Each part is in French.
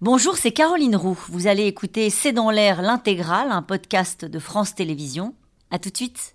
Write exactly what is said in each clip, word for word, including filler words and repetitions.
Bonjour, c'est Caroline Roux. Vous allez écouter C'est dans l'air l'intégrale, un podcast de France Télévisions. À tout de suite.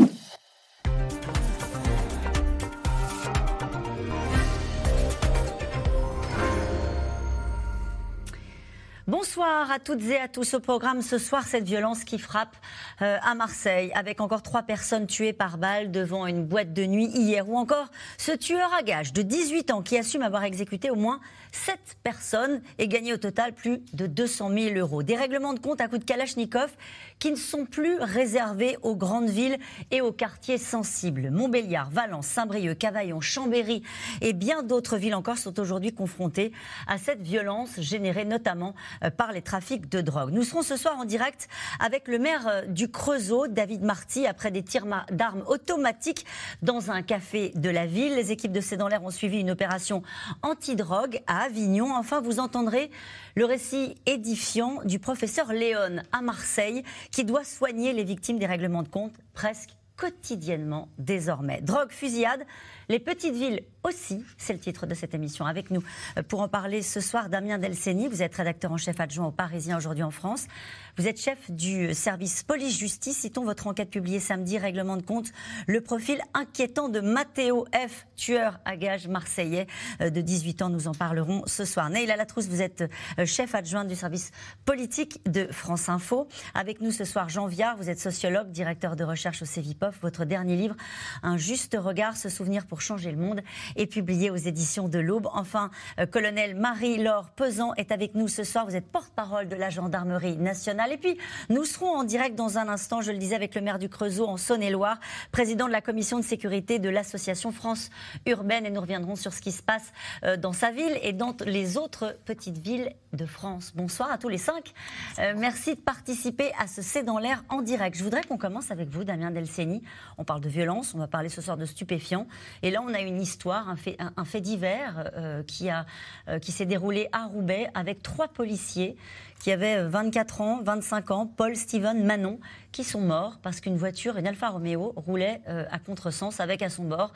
Bonsoir à toutes et à tous. Au programme ce soir, cette violence qui frappe euh, à Marseille, avec encore trois personnes tuées par balle devant une boîte de nuit hier, ou encore ce tueur à gages de dix-huit ans qui assume avoir exécuté au moins sept personnes et gagné au total plus de deux cent mille euros. Des règlements de compte à coups de Kalachnikov qui ne sont plus réservés aux grandes villes et aux quartiers sensibles. Montbéliard, Valence, Saint-Brieuc, Cavaillon, Chambéry et bien d'autres villes encore sont aujourd'hui confrontées à cette violence générée notamment par les trafics de drogue. Nous serons ce soir en direct avec le maire du Creusot, David Marty, après des tirs d'armes automatiques dans un café de la ville. Les équipes de C'est dans l'air ont suivi une opération anti-drogue à Avignon. Enfin, vous entendrez le récit édifiant du professeur Léon à Marseille qui doit soigner les victimes des règlements de compte presque quotidiennement désormais. Drogue, fusillade, les petites villes aussi, c'est le titre de cette émission. Avec nous pour en parler ce soir, Damien Delceni, vous êtes rédacteur en chef adjoint au Parisien aujourd'hui en France. Vous êtes chef du service police-justice. Citons votre enquête publiée samedi, règlement de compte, le profil inquiétant de Matteo F, tueur à gages marseillais de dix-huit ans. Nous en parlerons ce soir. Neila Latrousse, vous êtes chef adjoint du service politique de France Info. Avec nous ce soir, Jean Viard, vous êtes sociologue, directeur de recherche au Cevipof. Votre dernier livre, Un juste regard, se souvenir pour changer le monde, est publié aux éditions de l'Aube. Enfin, euh, colonel Marie-Laure Pesan est avec nous ce soir. Vous êtes porte-parole de la gendarmerie nationale. Et puis, nous serons en direct dans un instant, je le disais, avec le maire du Creusot en Saône-et-Loire, président de la commission de sécurité de l'association France Urbaine. Et nous reviendrons sur ce qui se passe euh, dans sa ville et dans les autres petites villes de France. Bonsoir à tous les cinq. Euh, merci de participer à ce C'est dans l'air en direct. Je voudrais qu'on commence avec vous, Damien Delceni. On parle de violence, on va parler ce soir de stupéfiants. Et là, on a une histoire, un fait, un, un fait divers euh, qui, a, euh, qui s'est déroulé à Roubaix avec trois policiers qui avaient vingt-quatre ans, vingt-cinq ans, Paul, Steven, Manon, qui sont morts parce qu'une voiture, une Alfa Romeo, roulait euh, à contresens avec à son bord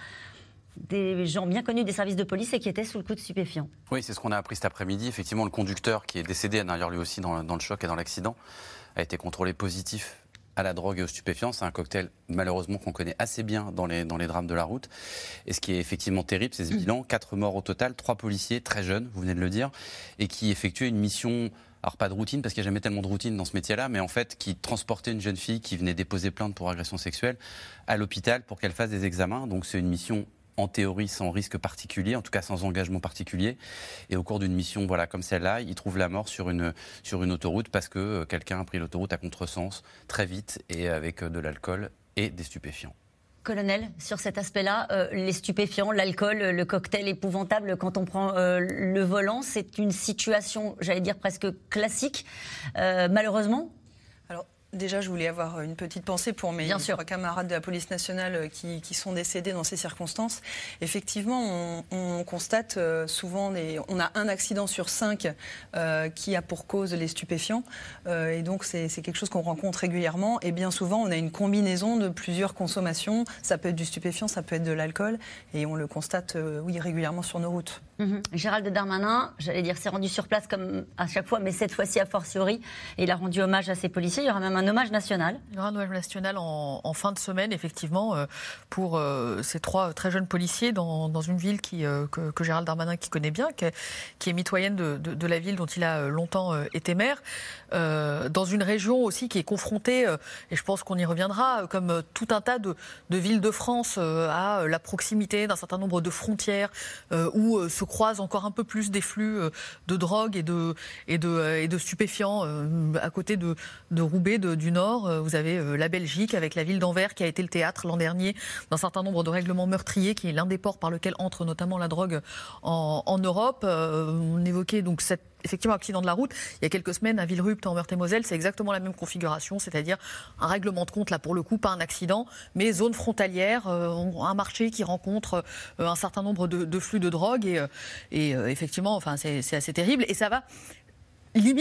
des gens bien connus des services de police et qui étaient sous le coup de stupéfiants. Oui, c'est ce qu'on a appris cet après-midi. Effectivement, le conducteur qui est décédé d'ailleurs lui aussi dans, dans le choc et dans l'accident a été contrôlé positif à la drogue et aux stupéfiants. C'est un cocktail, malheureusement, qu'on connaît assez bien dans les, dans les drames de la route. Et ce qui est effectivement terrible, c'est ce bilan. Quatre morts au total, trois policiers très jeunes, vous venez de le dire, et qui effectuaient une mission, alors pas de routine, parce qu'il n'y a jamais tellement de routine dans ce métier-là, mais en fait, qui transportaient une jeune fille qui venait déposer plainte pour agression sexuelle à l'hôpital pour qu'elle fasse des examens. Donc c'est une mission en théorie sans risque particulier, en tout cas sans engagement particulier. Et au cours d'une mission voilà, comme celle-là, ils trouvent la mort sur une, sur une autoroute parce que euh, quelqu'un a pris l'autoroute à contresens très vite et avec euh, de l'alcool et des stupéfiants. Colonel, sur cet aspect-là, euh, les stupéfiants, l'alcool, le cocktail épouvantable quand on prend euh, le volant, c'est une situation, j'allais dire, presque classique, euh, malheureusement. Alors, déjà, je voulais avoir une petite pensée pour mes trois camarades de la police nationale qui, qui sont décédés dans ces circonstances. Effectivement, on, on constate souvent, des, on a un accident sur cinq euh, qui a pour cause les stupéfiants. Euh, et donc, c'est, c'est quelque chose qu'on rencontre régulièrement. Et bien souvent, on a une combinaison de plusieurs consommations. Ça peut être du stupéfiant, ça peut être de l'alcool. Et on le constate, euh, oui, régulièrement sur nos routes. Mmh. Gérald Darmanin, j'allais dire, s'est rendu sur place comme à chaque fois, mais cette fois-ci a fortiori. Et il a rendu hommage à ses policiers. Il y aura même un hommage national. Il y aura un hommage national en, en fin de semaine, effectivement, euh, pour euh, ces trois très jeunes policiers dans, dans une ville qui, euh, que, que Gérald Darmanin qui connaît bien, qui est, qui est mitoyenne de, de, de la ville dont il a longtemps euh, été maire, euh, dans une région aussi qui est confrontée, euh, et je pense qu'on y reviendra, comme euh, tout un tas de, de villes de France, euh, à la proximité d'un certain nombre de frontières euh, où euh, se croisent encore un peu plus des flux euh, de drogue et de, et de, euh, et de stupéfiants. Euh, à côté de, de Roubaix, de, du Nord, euh, vous avez euh, la Belgique avec la ville d'Anvers qui a été le théâtre l'an dernier d'un certain nombre de règlements meurtriers, qui est l'un des ports par lequel entre notamment la drogue en, en Europe. Euh, on évoquait donc cet effectivement accident de la route. Il y a quelques semaines à Villerupt en Meurthe-et-Moselle, c'est exactement la même configuration, c'est-à-dire un règlement de compte, là pour le coup, pas un accident, mais zone frontalière, euh, un marché qui rencontre euh, un certain nombre de, de flux de drogue et, euh, et euh, effectivement, enfin, c'est, c'est assez terrible et ça va limite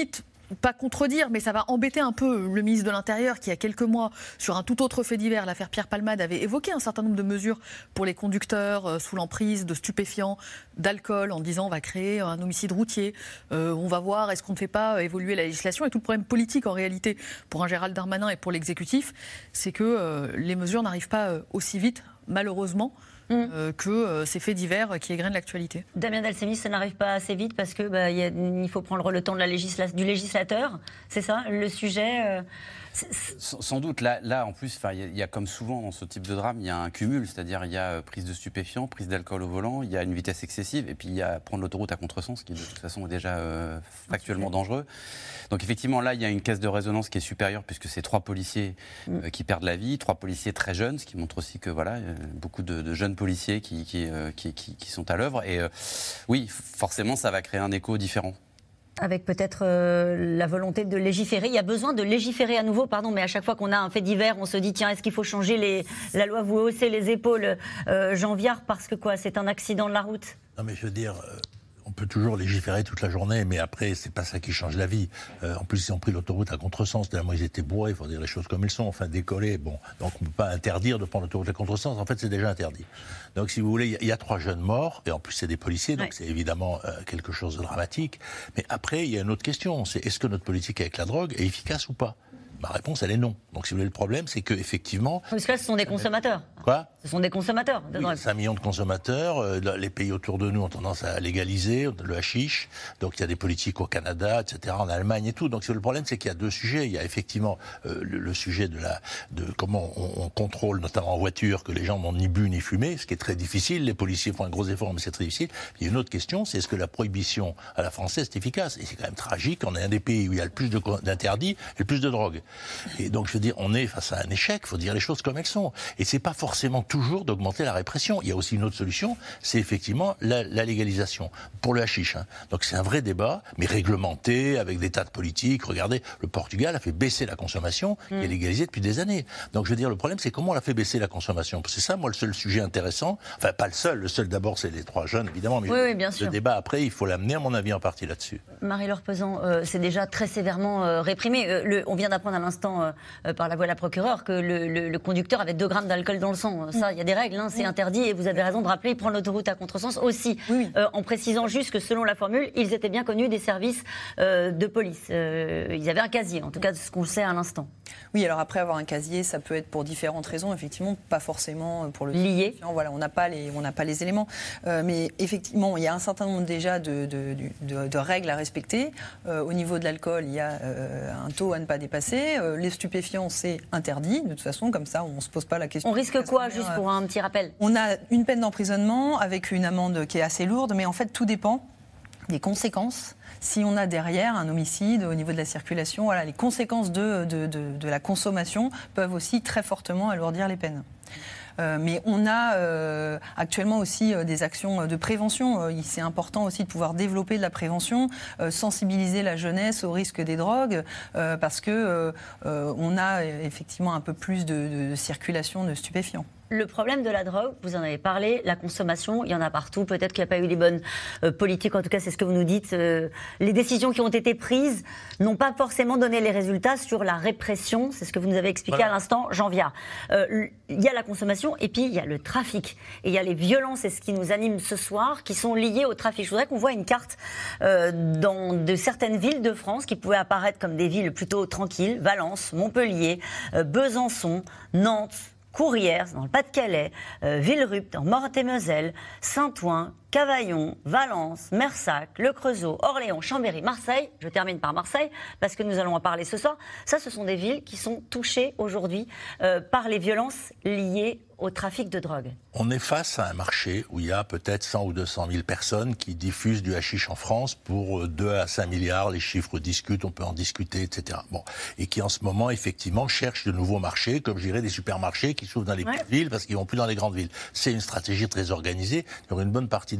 pas contredire, mais ça va embêter un peu le ministre de l'Intérieur qui, il y a quelques mois, sur un tout autre fait divers, l'affaire Pierre Palmade, avait évoqué un certain nombre de mesures pour les conducteurs euh, sous l'emprise de stupéfiants, d'alcool, en disant on va créer un homicide routier, euh, on va voir est-ce qu'on ne fait pas évoluer la législation. Et tout le problème politique, en réalité, pour un Gérald Darmanin et pour l'exécutif, c'est que euh, les mesures n'arrivent pas euh, aussi vite, malheureusement, Euh, que euh, ces faits divers qui égrènent l'actualité. Damien Delceni, ça n'arrive pas assez vite parce que bah, y a, il faut prendre le temps de la législa- du législateur, c'est ça le sujet euh, c'est, c'est... Sans, sans doute, là, là en plus, il y, y a comme souvent dans ce type de drame, il y a un cumul, c'est-à-dire il y a prise de stupéfiants, prise d'alcool au volant, il y a une vitesse excessive, et puis il y a prendre l'autoroute à contresens, qui de toute façon est déjà euh, factuellement dangereux. Donc effectivement, là, il y a une caisse de résonance qui est supérieure, puisque c'est trois policiers euh, qui perdent la vie, trois policiers très jeunes, ce qui montre aussi que voilà, euh, beaucoup de, de jeunes policiers qui, qui, euh, qui, qui, qui sont à l'œuvre. Et euh, oui, forcément, ça va créer un écho différent. Avec peut-être euh, la volonté de légiférer. Il y a besoin de légiférer à nouveau, pardon, mais à chaque fois qu'on a un fait divers, on se dit, tiens, est-ce qu'il faut changer les... la loi, vous haussez les épaules, euh, Jean Viard, parce que quoi, c'est un accident de la route? Non mais je veux dire... Euh... On peut toujours légiférer toute la journée, mais après, c'est pas ça qui change la vie. Euh, en plus, ils ont pris l'autoroute à contresens. Tellement ils étaient bourrés, il faut dire les choses comme elles sont. Enfin, décoller, bon. Donc, on ne peut pas interdire de prendre l'autoroute à contresens. En fait, c'est déjà interdit. Donc, si vous voulez, il y, y a trois jeunes morts, et en plus, c'est des policiers, donc ouais. c'est évidemment euh, quelque chose de dramatique. Mais après, il y a une autre question. C'est est-ce que notre politique avec la drogue est efficace ou pas? Ma réponse, elle est non. Donc, si vous voulez, le problème, c'est qu'effectivement... Parce que là, ce sont des consommateurs. Quoi? Ce sont des consommateurs de drogue. Oui, cinq millions de consommateurs. Euh, les pays autour de nous ont tendance à légaliser le hashish. Donc, il y a des politiques au Canada, et cetera, en Allemagne et tout. Donc, le problème, c'est qu'il y a deux sujets. Il y a effectivement euh, le, le sujet de, la, de comment on, on contrôle, notamment en voiture, que les gens n'ont ni bu ni fumé, ce qui est très difficile. Les policiers font un gros effort, mais c'est très difficile. Il y a une autre question, c'est est-ce que la prohibition à la française est efficace? Et c'est quand même tragique. On est un des pays où il y a le plus de, d'interdits et le plus de drogue. Et donc, je veux dire, on est face à un échec, il faut dire les choses comme elles sont. Et c'est pas forcément toujours d'augmenter la répression. Il y a aussi une autre solution, c'est effectivement la, la légalisation, pour le hashish. Hein. Donc c'est un vrai débat, mais réglementé, avec des tas de politiques. Regardez, le Portugal a fait baisser la consommation, mmh. et est légalisé depuis des années. Donc je veux dire, le problème, c'est comment on a fait baisser la consommation. C'est ça, moi, le seul sujet intéressant. Enfin, pas le seul. Le seul, d'abord, c'est les trois jeunes, évidemment. Mais oui, je, oui, bien le sûr. débat, après, il faut l'amener, à mon avis, en partie là-dessus. Marie-Laure Pesant, euh, c'est déjà très sévèrement euh, réprimé. Euh, le, on vient d'apprendre à l'instant... Euh, Euh, par la voix de la procureure que le, le, le conducteur avait deux grammes d'alcool dans le sang. Ça, il y a des règles, hein, c'est oui. interdit. Et vous avez raison de rappeler, il prend l'autoroute à contresens aussi, oui. euh, en précisant juste que selon la formule, ils étaient bien connus des services euh, de police. Euh, ils avaient un casier, en tout cas, ce qu'on sait à l'instant. Oui, alors après avoir un casier, ça peut être pour différentes raisons, effectivement, pas forcément pour le lié. Voilà, on n'a pas les, on n'a pas les éléments, euh, mais effectivement, il y a un certain nombre déjà de, de, de, de règles à respecter. Euh, au niveau de l'alcool, il y a euh, un taux à ne pas dépasser. Euh, les stupéfiants, c'est interdit, de toute façon, comme ça, on ne se pose pas la question. On risque quoi, juste pour un petit rappel? On a une peine d'emprisonnement avec une amende qui est assez lourde, mais en fait, tout dépend des conséquences. Si on a derrière un homicide au niveau de la circulation, voilà, les conséquences de, de, de, de la consommation peuvent aussi très fortement alourdir les peines. Euh, mais on a euh, actuellement aussi euh, des actions de prévention. Euh, c'est important aussi de pouvoir développer de la prévention, euh, sensibiliser la jeunesse au risque des drogues, euh, parce que euh, euh, on a effectivement un peu plus de, de circulation de stupéfiants. Le problème de la drogue, vous en avez parlé, la consommation, il y en a partout. Peut-être qu'il n'y a pas eu les bonnes euh, politiques, en tout cas c'est ce que vous nous dites. Euh, les décisions qui ont été prises n'ont pas forcément donné les résultats sur la répression. C'est ce que vous nous avez expliqué voilà. à l'instant, Jean Viard. Euh, il y a la consommation et puis il y a le trafic. Et il y a les violences, et ce qui nous anime ce soir, qui sont liées au trafic. Je voudrais qu'on voit une carte euh, dans de certaines villes de France qui pouvaient apparaître comme des villes plutôt tranquilles. Valence, Montpellier, euh, Besançon, Nantes, Courrières, dans le Pas-de-Calais, euh, Villerupt, en Meurthe-et-Moselle, Saint-Ouen, Cavaillon, Valence, Mersac, Le Creusot, Orléans, Chambéry, Marseille. Je termine par Marseille parce que nous allons en parler ce soir. Ça, ce sont des villes qui sont touchées aujourd'hui euh, par les violences liées au trafic de drogue. On est face à un marché où il y a peut-être cent ou deux cent mille personnes qui diffusent du hashish en France pour deux à cinq milliards. Les chiffres discutent, on peut en discuter, et cetera. Bon. Et qui en ce moment, effectivement, cherchent de nouveaux marchés, comme je dirais des supermarchés qui s'ouvrent dans les ouais. petites villes parce qu'ils vont plus dans les grandes villes. C'est une stratégie très organisée. Il y aura une bonne partie des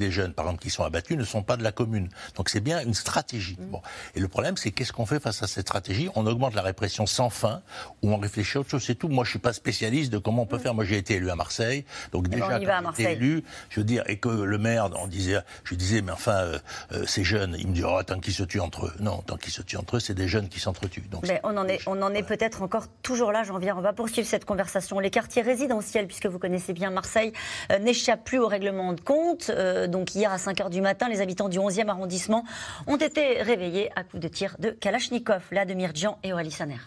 des jeunes, par exemple, qui sont abattus, ne sont pas de la commune. Donc c'est bien une stratégie. Mmh. Bon. Et le problème, c'est qu'est-ce qu'on fait face à cette stratégie? On augmente la répression sans fin, ou on réfléchit à autre chose, c'est tout. Moi, je suis pas spécialiste de comment on peut mmh. faire. Moi, j'ai été élu à Marseille, donc déjà, quand j'ai été élu, je veux dire, et que le maire, on disait, je disais, mais enfin, euh, euh, ces jeunes, il me dit, oh, tant qu'ils se tuent entre eux. Non, tant qu'ils se tuent entre eux, c'est des jeunes qui s'entretuent. Donc, mais on en est, on en est voilà. peut-être encore toujours là, j'en viens. On va poursuivre cette conversation. Les quartiers résidentiels, puisque vous connaissez bien Marseille, euh, n'échappent plus au règlement de compte. Euh, donc hier à cinq heures du matin, les habitants du onzième arrondissement ont été réveillés à coups de tir de Kalachnikov. Vladimir Djian et Aurélie Saner.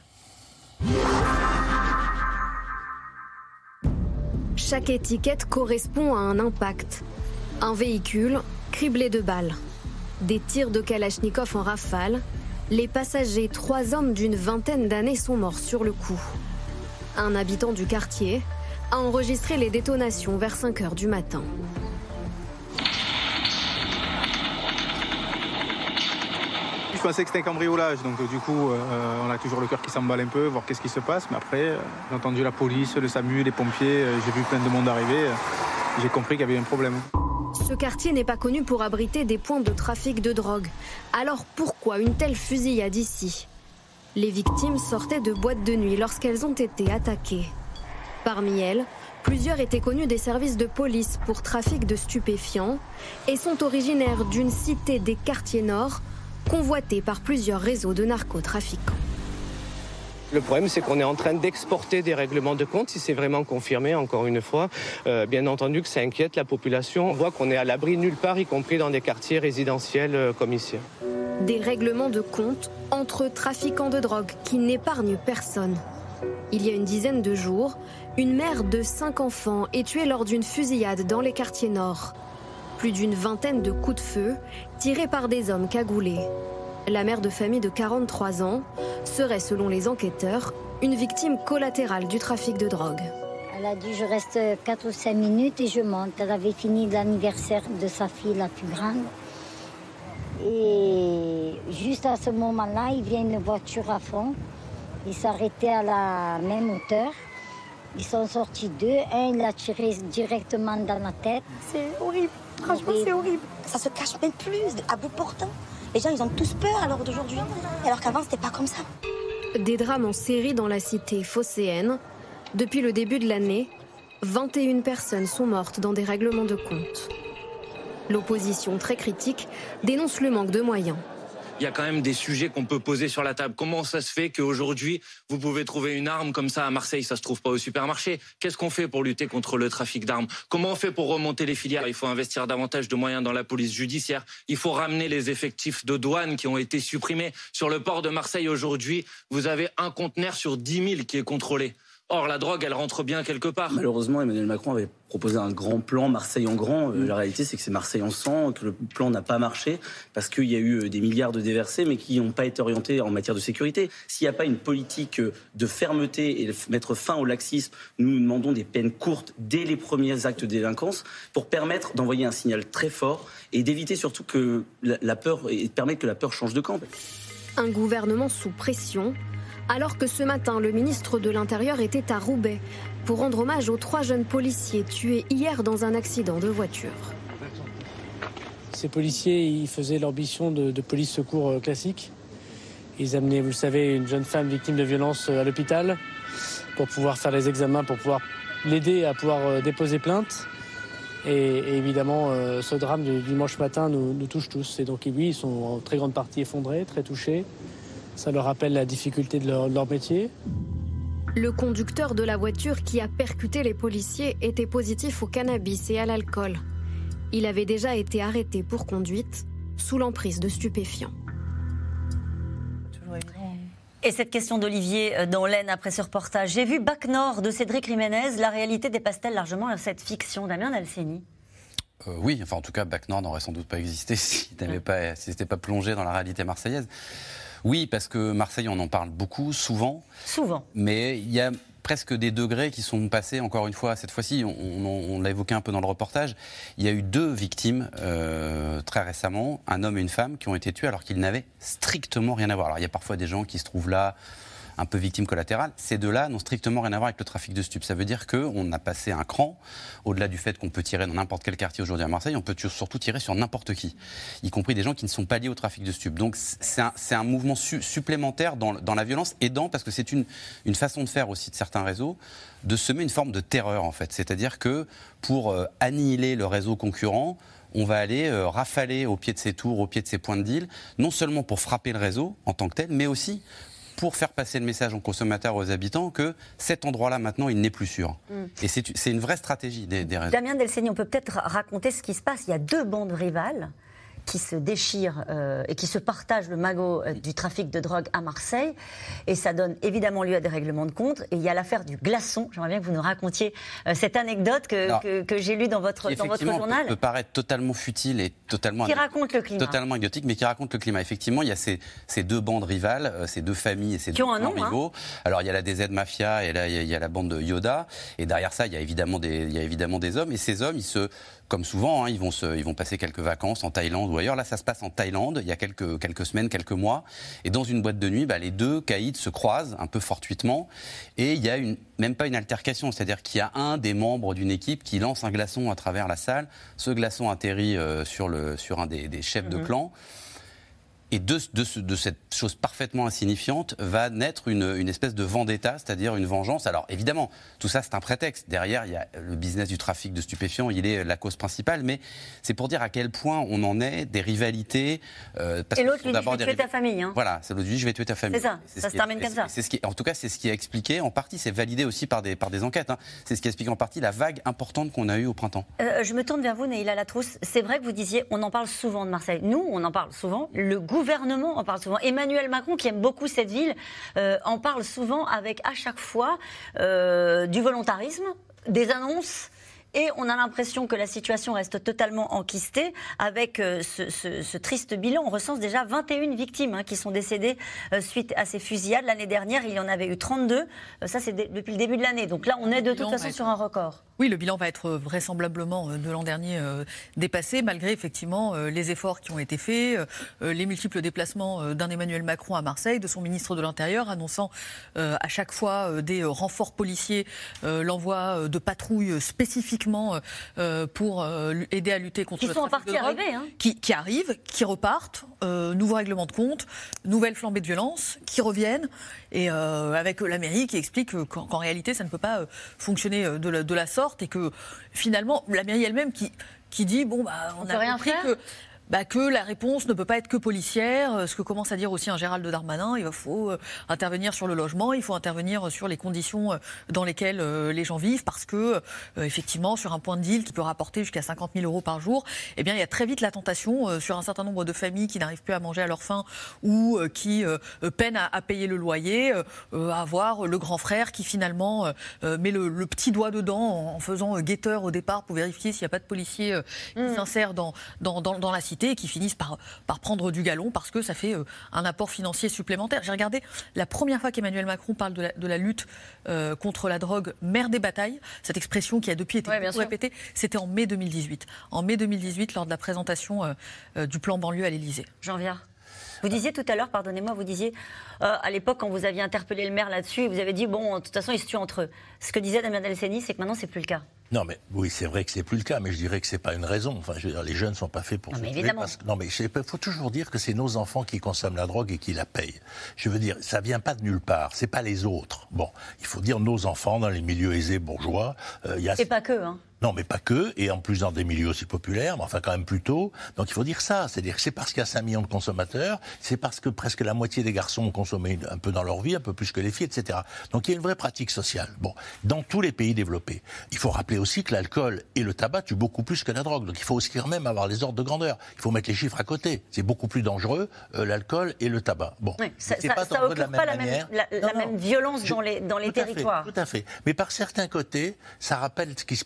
Chaque étiquette correspond à un impact. Un véhicule criblé de balles. Des tirs de Kalachnikov en rafale. Les passagers, trois hommes d'une vingtaine d'années, sont morts sur le coup. Un habitant du quartier a enregistré les détonations vers cinq heures du matin. Je pensais que c'était un cambriolage, donc du coup euh, on a toujours le cœur qui s'emballe un peu, voir qu'est-ce qui se passe. Mais après, euh, j'ai entendu la police, le SAMU, les pompiers, euh, j'ai vu plein de monde arriver. Euh, j'ai compris qu'il y avait un problème. Ce quartier n'est pas connu pour abriter des points de trafic de drogue. Alors pourquoi une telle fusillade ici? Les victimes sortaient de boîtes de nuit lorsqu'elles ont été attaquées. Parmi elles, plusieurs étaient connues des services de police pour trafic de stupéfiants et sont originaires d'une cité des quartiers nord, convoitée par plusieurs réseaux de narcotrafiquants. Le problème, c'est qu'on est en train d'exporter des règlements de compte, si c'est vraiment confirmé, encore une fois. Euh, bien entendu que ça inquiète la population. On voit qu'on est à l'abri nulle part, y compris dans des quartiers résidentiels euh, comme ici. Des règlements de compte entre trafiquants de drogue qui n'épargnent personne. Il y a une dizaine de jours, une mère de cinq enfants est tuée lors d'une fusillade dans les quartiers nord. Plus d'une vingtaine de coups de feu tirés par des hommes cagoulés. La mère de famille de quarante-trois ans serait, selon les enquêteurs, une victime collatérale du trafic de drogue. Elle a dit je reste quatre ou cinq minutes et je monte. Elle avait fini l'anniversaire de sa fille la plus grande. Et juste à ce moment-là, il vient une voiture à fond. Ils s'arrêtaient à la même hauteur. Ils sont sortis d'eux. Un, il a tiré directement dans la tête. C'est horrible. Franchement, c'est horrible. Ça se cache même plus à bout portant. Les gens, ils ont tous peur à l'heure d'aujourd'hui. Alors qu'avant, c'était pas comme ça. Des drames en série dans la cité phocéenne. Depuis le début de l'année, vingt et une personnes sont mortes dans des règlements de compte. L'opposition, très critique, dénonce le manque de moyens. Il y a quand même des sujets qu'on peut poser sur la table. Comment ça se fait qu'aujourd'hui, vous pouvez trouver une arme comme ça à Marseille, ça se trouve pas au supermarché? Qu'est-ce qu'on fait pour lutter contre le trafic d'armes? Comment on fait pour remonter les filières? Il faut investir davantage de moyens dans la police judiciaire. Il faut ramener les effectifs de douane qui ont été supprimés. Sur le port de Marseille aujourd'hui, vous avez un conteneur sur dix mille qui est contrôlé. Or, la drogue, elle rentre bien quelque part. Malheureusement, Emmanuel Macron avait proposé un grand plan Marseille en grand. Euh, la réalité, c'est que c'est Marseille en sang, que le plan n'a pas marché, parce qu'il y a eu des milliards de déversés, mais qui n'ont pas été orientés en matière de sécurité. S'il n'y a pas une politique de fermeté et de mettre fin au laxisme, nous nous demandons des peines courtes dès les premiers actes de délinquance pour permettre d'envoyer un signal très fort et d'éviter surtout que la, la peur, et permettre que la peur change de camp. Un gouvernement sous pression, alors que ce matin, le ministre de l'Intérieur était à Roubaix pour rendre hommage aux trois jeunes policiers tués hier dans un accident de voiture. Ces policiers, ils faisaient leur mission de, de police secours classique. Ils amenaient, vous le savez, une jeune femme victime de violence à l'hôpital pour pouvoir faire les examens, pour pouvoir l'aider à pouvoir déposer plainte. Et, et évidemment, ce drame du dimanche matin nous, nous touche tous. Et donc oui, ils sont en très grande partie effondrés, très touchés. Ça leur rappelle la difficulté de leur, de leur métier. Le conducteur de la voiture qui a percuté les policiers était positif au cannabis et à l'alcool. Il avait déjà été arrêté pour conduite sous l'emprise de stupéfiants. Et cette question d'Olivier dans l'Aisne après ce reportage. J'ai vu Bac Nord de Cédric Jiménez. La réalité dépasse-t-elle largement cette fiction? Damien Alceni. Euh, oui, enfin en tout cas, Bac Nord n'aurait sans doute pas existé s'il n'avait pas, s'il n'était pas plongé dans la réalité marseillaise. Oui, parce que Marseille, on en parle beaucoup, souvent. Souvent. Mais il y a presque des degrés qui sont passés, encore une fois, cette fois-ci, on, on, on l'a évoqué un peu dans le reportage, il y a eu deux victimes euh, très récemment, un homme et une femme, qui ont été tués alors qu'ils n'avaient strictement rien à voir. Alors il y a parfois des gens qui se trouvent là un peu victimes collatérales. Ces deux-là n'ont strictement rien à voir avec le trafic de stupes. Ça veut dire qu'on a passé un cran, au-delà du fait qu'on peut tirer dans n'importe quel quartier aujourd'hui à Marseille, on peut surtout tirer sur n'importe qui, y compris des gens qui ne sont pas liés au trafic de stupes. Donc c'est un, c'est un mouvement su- supplémentaire dans, dans la violence, aidant, parce que c'est une, une façon de faire aussi de certains réseaux, de semer une forme de terreur en fait. C'est-à-dire que pour euh, annihiler le réseau concurrent, on va aller euh, rafaler au pied de ses tours, au pied de ses points de deal, non seulement pour frapper le réseau en tant que tel, mais aussi pour faire passer le message aux consommateurs, aux habitants, que cet endroit-là, maintenant, il n'est plus sûr. Mm. Et c'est, c'est une vraie stratégie des, des réseaux. Damien Delceni, on peut peut-être raconter ce qui se passe. Il y a deux bandes rivales qui se déchirent euh, et qui se partagent le magot euh, du trafic de drogue à Marseille. Et ça donne évidemment lieu à des règlements de compte. Et il y a l'affaire du glaçon. J'aimerais bien que vous nous racontiez euh, cette anecdote que, Alors, que, que j'ai lue dans votre, dans votre journal. Peut, peut paraître totalement futile et totalement... Qui raconte le climat. Totalement idiotique, mais qui raconte le climat. Effectivement, il y a ces, ces deux bandes rivales, euh, ces deux familles et ces qui deux ont un nom, rivaux. Hein. Alors, il y a la D Z Mafia et là, il y, a, il y a la bande de Yoda. Et derrière ça, il y a évidemment des, il y a évidemment des hommes. Et ces hommes, ils se... Comme souvent, hein, ils, vont se, ils vont passer quelques vacances en Thaïlande ou ailleurs. Là, ça se passe en Thaïlande, il y a quelques, quelques semaines, quelques mois. Et dans une boîte de nuit, bah, les deux caïds se croisent un peu fortuitement. Et il y a une, même pas une altercation. C'est-à-dire qu'il y a un des membres d'une équipe qui lance un glaçon à travers la salle. Ce glaçon atterrit euh, sur, le, sur un des, des chefs mmh. de clan. Et de, de, de cette chose parfaitement insignifiante va naître une, une espèce de vendetta, c'est-à-dire une vengeance. Alors évidemment, tout ça c'est un prétexte. Derrière, il y a le business du trafic de stupéfiants, il est la cause principale, mais c'est pour dire à quel point on en est, des rivalités. Euh, parce Et l'autre lui dit, je vais tuer riv... ta famille. Hein. Voilà, c'est l'autre lui dit, je vais tuer ta famille. C'est ça, c'est ça se termine est, comme ça. C'est ce qui, en tout cas, c'est ce qui a expliqué, en partie, c'est validé aussi par des, par des enquêtes, hein. C'est ce qui a expliqué en partie la vague importante qu'on a eue au printemps. Euh, je me tourne vers vous, Neïla Latrousse. C'est vrai que vous disiez, on en parle souvent de Marseille. Nous, on en parle souvent. Le gouvernement en parle souvent. Emmanuel Macron, qui aime beaucoup cette ville, euh, en parle souvent avec à chaque fois euh, du volontarisme, des annonces. Et on a l'impression que la situation reste totalement enquistée avec euh, ce, ce, ce triste bilan. On recense déjà vingt et une victimes hein, qui sont décédées euh, suite à ces fusillades. L'année dernière, il y en avait eu trente-deux. Euh, ça, c'est d- depuis le début de l'année. Donc là, on est de toute façon être... sur un record. Oui, le bilan va être vraisemblablement de l'an dernier euh, dépassé, malgré effectivement euh, les efforts qui ont été faits, euh, les multiples déplacements euh, d'un Emmanuel Macron à Marseille, de son ministre de l'Intérieur, annonçant euh, à chaque fois euh, des renforts policiers, euh, l'envoi de patrouilles spécifiquement euh, pour euh, aider à lutter contre qui le trafic de drogue. Qui sont en partie arrivés, hein. Qui, qui arrivent, qui repartent, euh, nouveau règlement de compte, nouvelle flambée de violence, qui reviennent, et euh, avec la mairie qui explique qu'en, qu'en réalité ça ne peut pas euh, fonctionner de la, de la sorte. Et que finalement, la mairie elle-même qui, qui dit bon, bah, on, on a compris que, bah, que la réponse ne peut pas être que policière, ce que commence à dire aussi un Gérald Darmanin, il faut euh, intervenir sur le logement, il faut intervenir sur les conditions euh, dans lesquelles euh, les gens vivent, parce que, euh, effectivement, sur un point de deal qui peut rapporter jusqu'à cinquante mille euros par jour, eh bien, il y a très vite la tentation, euh, sur un certain nombre de familles qui n'arrivent plus à manger à leur faim ou euh, qui euh, peinent à, à payer le loyer, euh, à avoir le grand frère qui finalement euh, met le, le petit doigt dedans en, en faisant euh, guetteur au départ pour vérifier s'il n'y a pas de policiers euh, qui mmh. s'insèrent dans, dans, dans, dans la cité, et qui finissent par, par prendre du galon parce que ça fait euh, un apport financier supplémentaire. J'ai regardé la première fois qu'Emmanuel Macron parle de la, de la lutte euh, contre la drogue, mère des batailles, cette expression qui a depuis été ouais, beaucoup répétée, c'était en mai deux mille dix-huit. En mai deux mille dix-huit, lors de la présentation euh, euh, du plan banlieue à l'Élysée. Jean Viard. Vous disiez tout à l'heure, pardonnez-moi, vous disiez, euh, à l'époque, quand vous aviez interpellé le maire là-dessus, vous avez dit, bon, de toute façon, ils se tuent entre eux. Ce que disait Damien Delceni, c'est que maintenant, c'est plus le cas. Non, mais oui, c'est vrai que c'est plus le cas, mais je dirais que c'est pas une raison. Enfin, je veux dire, les jeunes sont pas faits pour non, se mais tuer. Évidemment. Parce que, non, mais il faut toujours dire que c'est nos enfants qui consomment la drogue et qui la payent. Je veux dire, ça vient pas de nulle part. C'est pas les autres. Bon, il faut dire nos enfants dans les milieux aisés bourgeois. Euh, y a... Et pas que, hein. Non, mais pas que, et en plus dans des milieux aussi populaires, mais enfin quand même plus tôt. Donc il faut dire ça, c'est-à-dire que c'est parce qu'il y a cinq millions de consommateurs, c'est parce que presque la moitié des garçons ont consommé un peu dans leur vie, un peu plus que les filles, et cetera. Donc il y a une vraie pratique sociale. Bon, dans tous les pays développés. Il faut rappeler aussi que l'alcool et le tabac tuent beaucoup plus que la drogue. Donc il faut aussi quand même avoir les ordres de grandeur. Il faut mettre les chiffres à côté. C'est beaucoup plus dangereux, euh, l'alcool et le tabac. Bon, oui, ça, c'est ça, pas ça occupe pas la même, la, la non, même non, violence je, dans les, dans les tout territoires. À fait, tout à fait. Mais par certains côtés, ça rappelle ce qui se passe dans le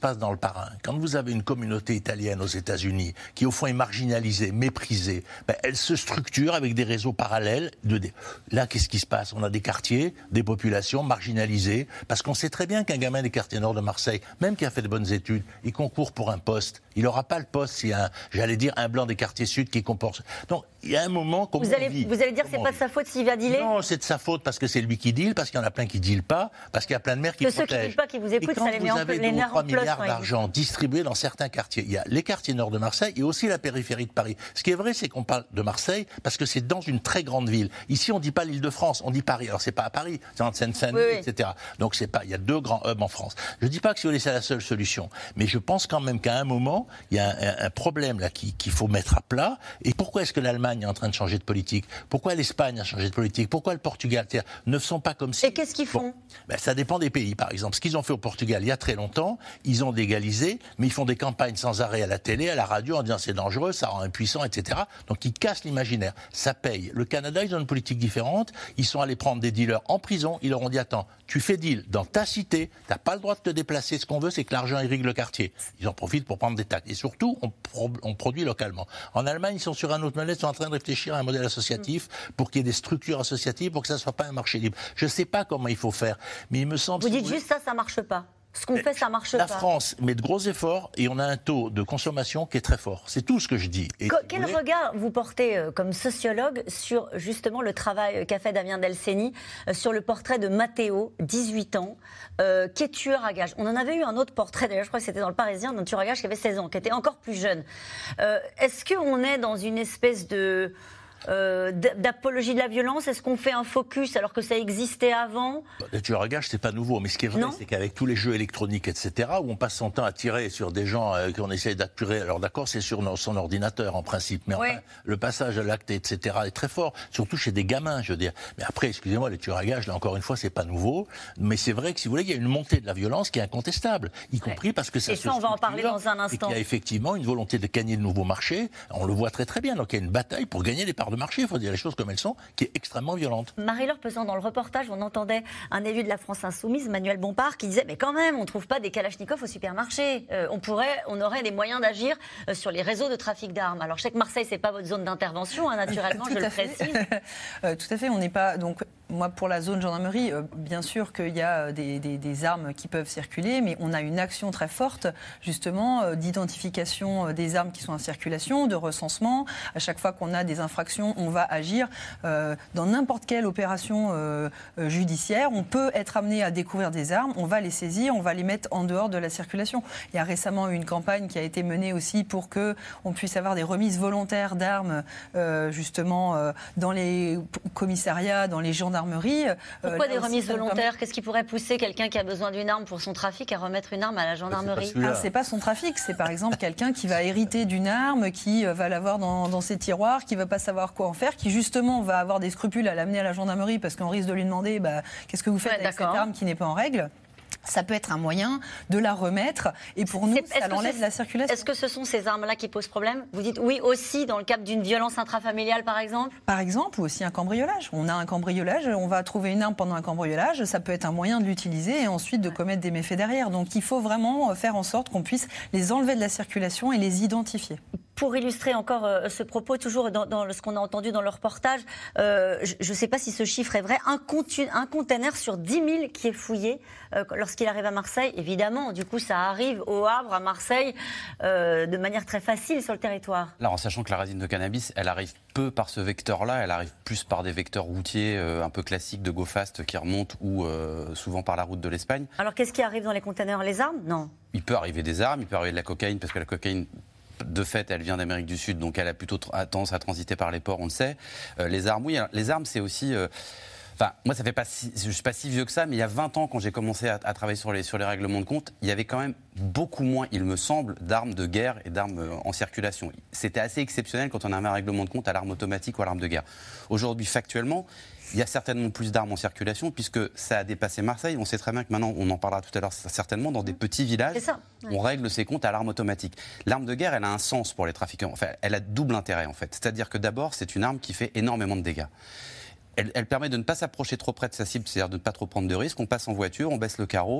par un. Quand vous avez une communauté italienne aux États-Unis qui, au fond, est marginalisée, méprisée, ben, elle se structure avec des réseaux parallèles. De... Là, qu'est-ce qui se passe? On a des quartiers, des populations marginalisées, parce qu'on sait très bien qu'un gamin des quartiers nord de Marseille, même qui a fait de bonnes études, il concourt pour un poste. Il n'aura pas le poste s'il y a, un, j'allais dire, un blanc des quartiers sud qui comporte. Donc, il y a un moment... Comme vous, allez, vit, vous allez dire que c'est pas de sa faute s'il va dealer? Non, c'est de sa faute parce que c'est lui qui deal, parce qu'il y en a plein qui ne dealent pas, parce qu'il y a plein de maires qui que protègent. Ceux qui ne dealent pas, qui vous écoutent, ça les met en les nerfs en plus. Milliards d'argent distribués dans certains quartiers. Il y a les quartiers nord de Marseille et aussi la périphérie de Paris. Ce qui est vrai, c'est qu'on parle de Marseille parce que c'est dans une très grande ville. Ici, on ne dit pas l'Île-de-France, on dit Paris. Alors, c'est pas à Paris, c'est en Seine-Saint-Denis, oui, oui. et cetera. Donc, c'est pas. Il y a deux grands hubs en France. Je ne dis pas que si vous voulez, c'est la seule solution, mais je pense quand même qu'à un moment, il y a un, un problème là qu'il qui faut mettre à plat. Et pourquoi est-ce que l'Allemagne est en train de changer de politique? Pourquoi l'Espagne a changé de politique? Pourquoi le Portugal ne sont pas comme si. Et qu'est-ce qu'ils font? Bon, ben, ça dépend des pays, par exemple. Ce qu'ils ont fait au Portugal il y a très longtemps, ils ont légalisé, mais ils font des campagnes sans arrêt à la télé, à la radio, en disant c'est dangereux, ça rend impuissant, et cetera. Donc ils cassent l'imaginaire. Ça paye. Le Canada, ils ont une politique différente. Ils sont allés prendre des dealers en prison. Ils leur ont dit attends, tu fais deal dans ta cité, t'as pas le droit de te déplacer. Ce qu'on veut, c'est que l'argent irrigue le quartier. Ils en profitent pour prendre des taxes. Et surtout, on, pro- on produit localement. En Allemagne, ils sont sur un autre modèle. Ils sont en train de réfléchir à un modèle associatif pour qu'il y ait des structures associatives, pour que ça ne soit pas un marché libre. Je ne sais pas comment il faut faire, mais il me semble... Vous dites juste ça, ça ne marche pas. Ce qu'on fait, ça marche pas. La France met de gros efforts et on a un taux de consommation qui est très fort. C'est tout ce que je dis. Et que, quel voulez... regard vous portez euh, comme sociologue sur justement le travail qu'a fait Damien Delceni euh, sur le portrait de Matteo, dix-huit ans, euh, qui est tueur à gages? On en avait eu un autre portrait, d'ailleurs je crois que c'était dans le Parisien, d'un tueur à gages qui avait seize ans, qui était encore plus jeune. Euh, est-ce qu'on est dans une espèce de... Euh, d'apologie de la violence? Est-ce qu'on fait un focus alors que ça existait avant? Le tueur à gages, c'est pas nouveau, mais ce qui est vrai, non. c'est qu'avec tous les jeux électroniques, et cetera, où on passe son temps à tirer sur des gens euh, qu'on essaye d'appurer, alors d'accord, c'est sur no, son ordinateur en principe, mais oui. enfin, le passage à l'acte, et cetera, est très fort, surtout chez des gamins, je veux dire. Mais après, excusez-moi, les tueurs à gages, là encore une fois, c'est pas nouveau, mais c'est vrai que si vous voulez, il y a une montée de la violence qui est incontestable, y compris ouais. parce que ça et se ça, on va en parler dans un instant. Et qu'il y a effectivement une volonté de gagner de nouveaux marchés, on le voit très très bien, donc il y a une bataille pour gagner des parts de marché, il faut dire les choses comme elles sont, qui est extrêmement violente. Marie-Laure Pesant, dans le reportage, on entendait un élu de la France Insoumise, Manuel Bompard, qui disait mais quand même, on ne trouve pas des kalachnikovs au supermarché. Euh, on pourrait, on aurait les moyens d'agir euh, sur les réseaux de trafic d'armes. Alors je sais que Marseille, c'est pas votre zone d'intervention, hein, naturellement, je le précise. euh, tout à fait, on n'est pas donc. Moi, pour la zone gendarmerie, euh, bien sûr qu'il y a des, des, des armes qui peuvent circuler, mais on a une action très forte, justement, euh, d'identification des armes qui sont en circulation, de recensement. À chaque fois qu'on a des infractions, on va agir. Euh, dans n'importe quelle opération euh, euh, judiciaire, on peut être amené à découvrir des armes, on va les saisir, on va les mettre en dehors de la circulation. Il y a récemment eu une campagne qui a été menée aussi pour qu'on puisse avoir des remises volontaires d'armes, euh, justement, euh, dans les commissariats, dans les gendarmeries. Pourquoi euh, des remises volontaires? Qu'est-ce qui pourrait pousser quelqu'un qui a besoin d'une arme pour son trafic à remettre une arme à la gendarmerie? Ah, c'est pas son trafic, c'est par exemple quelqu'un qui va hériter d'une arme, qui va l'avoir dans, dans ses tiroirs, qui va pas savoir quoi en faire, qui justement va avoir des scrupules à l'amener à la gendarmerie parce qu'on risque de lui demander bah, qu'est-ce que vous faites ouais, avec cette arme qui n'est pas en règle. Ça peut être un moyen de la remettre et pour nous, ça l'enlève de la circulation. Est-ce que ce sont ces armes-là qui posent problème? Vous dites oui aussi dans le cadre d'une violence intrafamiliale par exemple? Par exemple, ou aussi un cambriolage. On a un cambriolage, on va trouver une arme pendant un cambriolage, ça peut être un moyen de l'utiliser et ensuite de commettre des méfaits derrière. Donc il faut vraiment faire en sorte qu'on puisse les enlever de la circulation et les identifier. Pour illustrer encore euh, ce propos, toujours dans, dans ce qu'on a entendu dans le reportage, euh, je ne sais pas si ce chiffre est vrai, un, contu- un container sur dix mille qui est fouillé euh, lorsqu'il arrive à Marseille. Évidemment, du coup, ça arrive au Havre, à Marseille, euh, de manière très facile sur le territoire. Là, en sachant que la résine de cannabis, elle arrive peu par ce vecteur-là, elle arrive plus par des vecteurs routiers euh, un peu classiques de Go Fast qui remontent ou euh, souvent par la route de l'Espagne. Alors, qu'est-ce qui arrive dans les containers? Les armes? Non. Il peut arriver des armes, il peut arriver de la cocaïne, parce que la cocaïne... De fait, elle vient d'Amérique du Sud, donc elle a plutôt tendance à transiter par les ports, on le sait. Euh, les armes, oui. Alors, les armes, c'est aussi... Euh, enfin, moi, ça fait pas si, je suis pas si vieux que ça, mais il y a vingt ans, quand j'ai commencé à, à travailler sur les, sur les règlements de compte, il y avait quand même beaucoup moins, il me semble, d'armes de guerre et d'armes euh, en circulation. C'était assez exceptionnel quand on avait un règlement de compte à l'arme automatique ou à l'arme de guerre. Aujourd'hui, factuellement... Il y a certainement plus d'armes en circulation puisque ça a dépassé Marseille. On sait très bien que maintenant, on en parlera tout à l'heure certainement, dans des petits villages, ça, ouais. on règle ses comptes à l'arme automatique. L'arme de guerre, elle a un sens pour les trafiquants. Enfin, elle a double intérêt en fait. C'est-à-dire que d'abord, c'est une arme qui fait énormément de dégâts. Elle, elle permet de ne pas s'approcher trop près de sa cible, c'est-à-dire de ne pas trop prendre de risques. On passe en voiture, on baisse le carreau,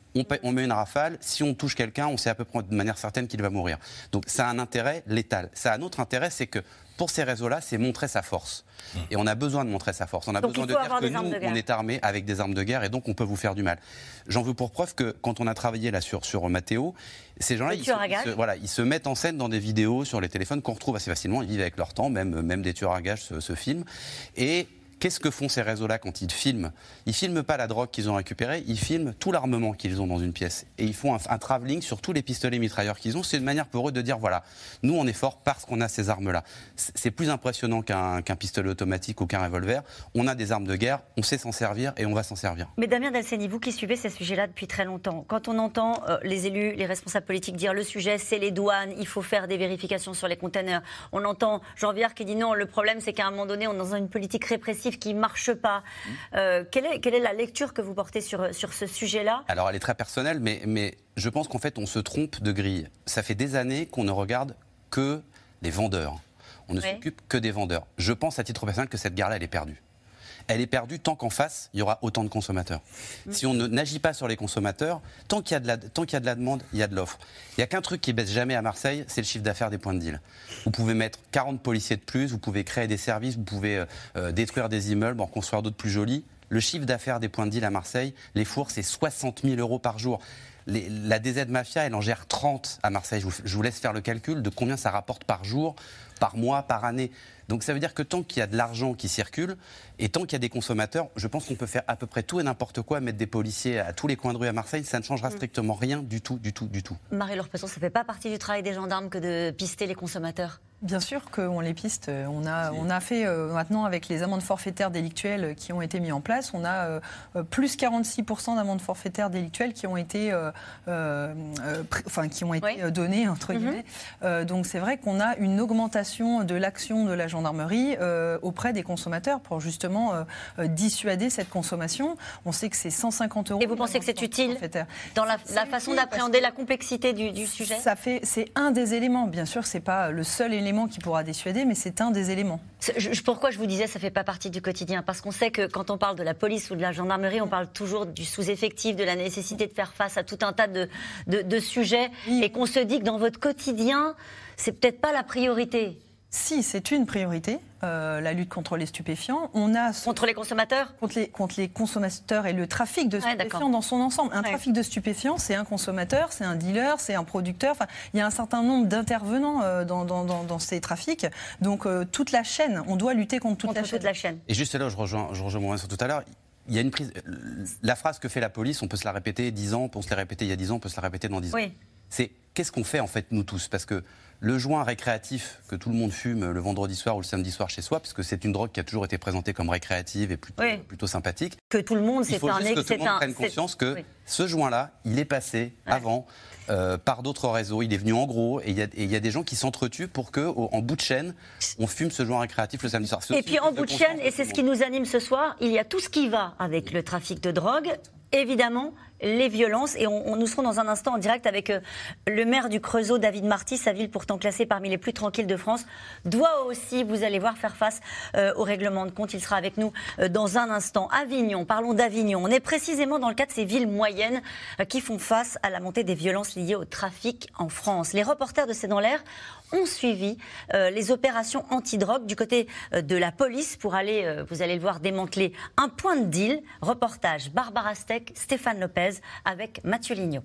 On, paie, on met une rafale, si on touche quelqu'un, on sait à peu près de manière certaine qu'il va mourir. Donc ça a un intérêt létal. Ça a un autre intérêt, c'est que pour ces réseaux-là, c'est montrer sa force. Mmh. Et on a besoin de montrer sa force. On a donc besoin de dire que nous, on est armés avec des armes de guerre et donc on peut vous faire du mal. J'en veux pour preuve que quand on a travaillé là sur, sur Matteo, ces gens-là, ils se, ils, se, voilà, ils se mettent en scène dans des vidéos sur les téléphones qu'on retrouve assez facilement. Ils vivent avec leur temps, même, même des tueurs à gages se, se filment. Et qu'est-ce que font ces réseaux-là quand ils filment ? Ils ne filment pas la drogue qu'ils ont récupérée, ils filment tout l'armement qu'ils ont dans une pièce. Et ils font un, un travelling sur tous les pistolets mitrailleurs qu'ils ont. C'est une manière pour eux de dire, voilà, nous on est forts parce qu'on a ces armes-là. C'est plus impressionnant qu'un qu'un pistolet automatique ou qu'un revolver. On a des armes de guerre, on sait s'en servir et on va s'en servir. Mais Damien Delceni, vous qui suivez ces sujets-là depuis très longtemps, quand on entend euh, les élus, les responsables politiques dire le sujet c'est les douanes, il faut faire des vérifications sur les containers. On entend Jean Viard qui dit non, le problème c'est qu'à un moment donné on est dans une politique répressive qui ne marche pas. Euh, quelle est, quelle est la lecture que vous portez sur, sur ce sujet-là ? Alors, elle est très personnelle, mais, mais je pense qu'en fait, on se trompe de grille. Ça fait des années qu'on ne regarde que les vendeurs. On ne oui. s'occupe que des vendeurs. Je pense, à titre personnel, que cette guerre-là, elle est perdue. Elle est perdue tant qu'en face, il y aura autant de consommateurs. Mmh. Si on n'agit pas sur les consommateurs, tant qu'il y a de la, tant qu'il y a de la demande, il y a de l'offre. Il n'y a qu'un truc qui baisse jamais à Marseille, c'est le chiffre d'affaires des points de deal. Vous pouvez mettre quarante policiers de plus, vous pouvez créer des services, vous pouvez euh, détruire des immeubles, en construire d'autres plus jolis. Le chiffre d'affaires des points de deal à Marseille, les fours, c'est soixante mille euros par jour. Les, la D Z Mafia, elle en gère trente à Marseille. Je vous, je vous laisse faire le calcul de combien ça rapporte par jour, par mois, par année. Donc ça veut dire que tant qu'il y a de l'argent qui circule et tant qu'il y a des consommateurs, je pense qu'on peut faire à peu près tout et n'importe quoi, mettre des policiers à tous les coins de rue à Marseille, ça ne changera strictement rien du tout, du tout, du tout. Marie-Laure Pesson, ça ne fait pas partie du travail des gendarmes que de pister les consommateurs ? Bien sûr qu'on les piste. On a, on a fait euh, maintenant avec les amendes forfaitaires délictuelles qui ont été mises en place, on a euh, plus quarante-six pour cent d'amendes forfaitaires délictuelles qui ont été, euh, euh, pr- enfin, qui ont été oui. données, entre mm-hmm. guillemets. Euh, donc c'est vrai qu'on a une augmentation de l'action de la gendarmerie euh, auprès des consommateurs pour justement euh, dissuader cette consommation. On sait que c'est cent cinquante euros. Et vous pensez que c'est utile dans la, la façon d'appréhender la complexité du, du sujet ? Ça fait, c'est un des éléments. Bien sûr, c'est pas le seul élément qui pourra dissuader, mais c'est un des éléments. Je, pourquoi je vous disais ça ne fait pas partie du quotidien ? Parce qu'on sait que quand on parle de la police ou de la gendarmerie, on parle toujours du sous-effectif, de la nécessité de faire face à tout un tas de, de, de sujets, oui. et qu'on se dit que dans votre quotidien, c'est peut-être pas la priorité. Si, c'est une priorité, euh, la lutte contre les stupéfiants. On a contre les consommateurs contre les, contre les consommateurs et le trafic de stupéfiants ouais, dans son ensemble. Un ouais. trafic de stupéfiants, c'est un consommateur, c'est un dealer, c'est un producteur. Enfin, il y a un certain nombre d'intervenants euh, dans, dans, dans, dans ces trafics. Donc, euh, toute la chaîne, on doit lutter contre toute, contre la, toute chaîne. la chaîne. Et juste là, je rejoins, je rejoins mon tout à l'heure. Il y a une prise. La phrase que fait la police, on peut se la répéter dix ans, on peut se la répéter il y a dix ans, on peut se la répéter dans dix oui. ans. C'est qu'est-ce qu'on fait en fait nous tous ? Parce que le joint récréatif que tout le monde fume le vendredi soir ou le samedi soir chez soi, parce que c'est une drogue qui a toujours été présentée comme récréative et plutôt, oui. plutôt sympathique. Que tout le monde, c'est un... Il faut juste que tout le monde un, prenne conscience que oui. ce joint-là, il est passé ouais. avant euh, par d'autres réseaux, il est venu en gros, et il y, y a des gens qui s'entretuent pour qu'en bout de chaîne, on fume ce joint récréatif le samedi soir. Et puis en bout de chaîne, et c'est ce qui nous anime ce soir, il y a tout ce qui va avec le trafic de drogue, évidemment, les violences. Et on, on nous serons dans un instant en direct avec euh, le maire du Creusot, David Marty. Sa ville, pourtant classée parmi les plus tranquilles de France, doit aussi, vous allez voir, faire face euh, au règlement de compte. Il sera avec nous euh, dans un instant. Avignon, parlons d'Avignon. On est précisément dans le cas de ces villes moyennes euh, qui font face à la montée des violences liées au trafic en France. Les reporters de C'est dans l'air ont suivi euh, les opérations anti-drogue du côté euh, de la police pour aller, euh, vous allez le voir, démanteler un point de deal. Reportage Barbara Steck, Stéphane Lopez avec Mathieu Lignot.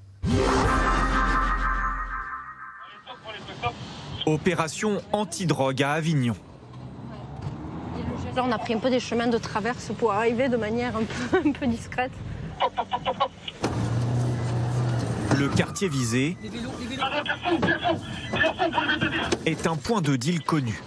Opération anti-drogue à Avignon. Là, on a pris un peu des chemins de traverse pour arriver de manière un peu, un peu discrète. Le quartier visé est un point de deal connu.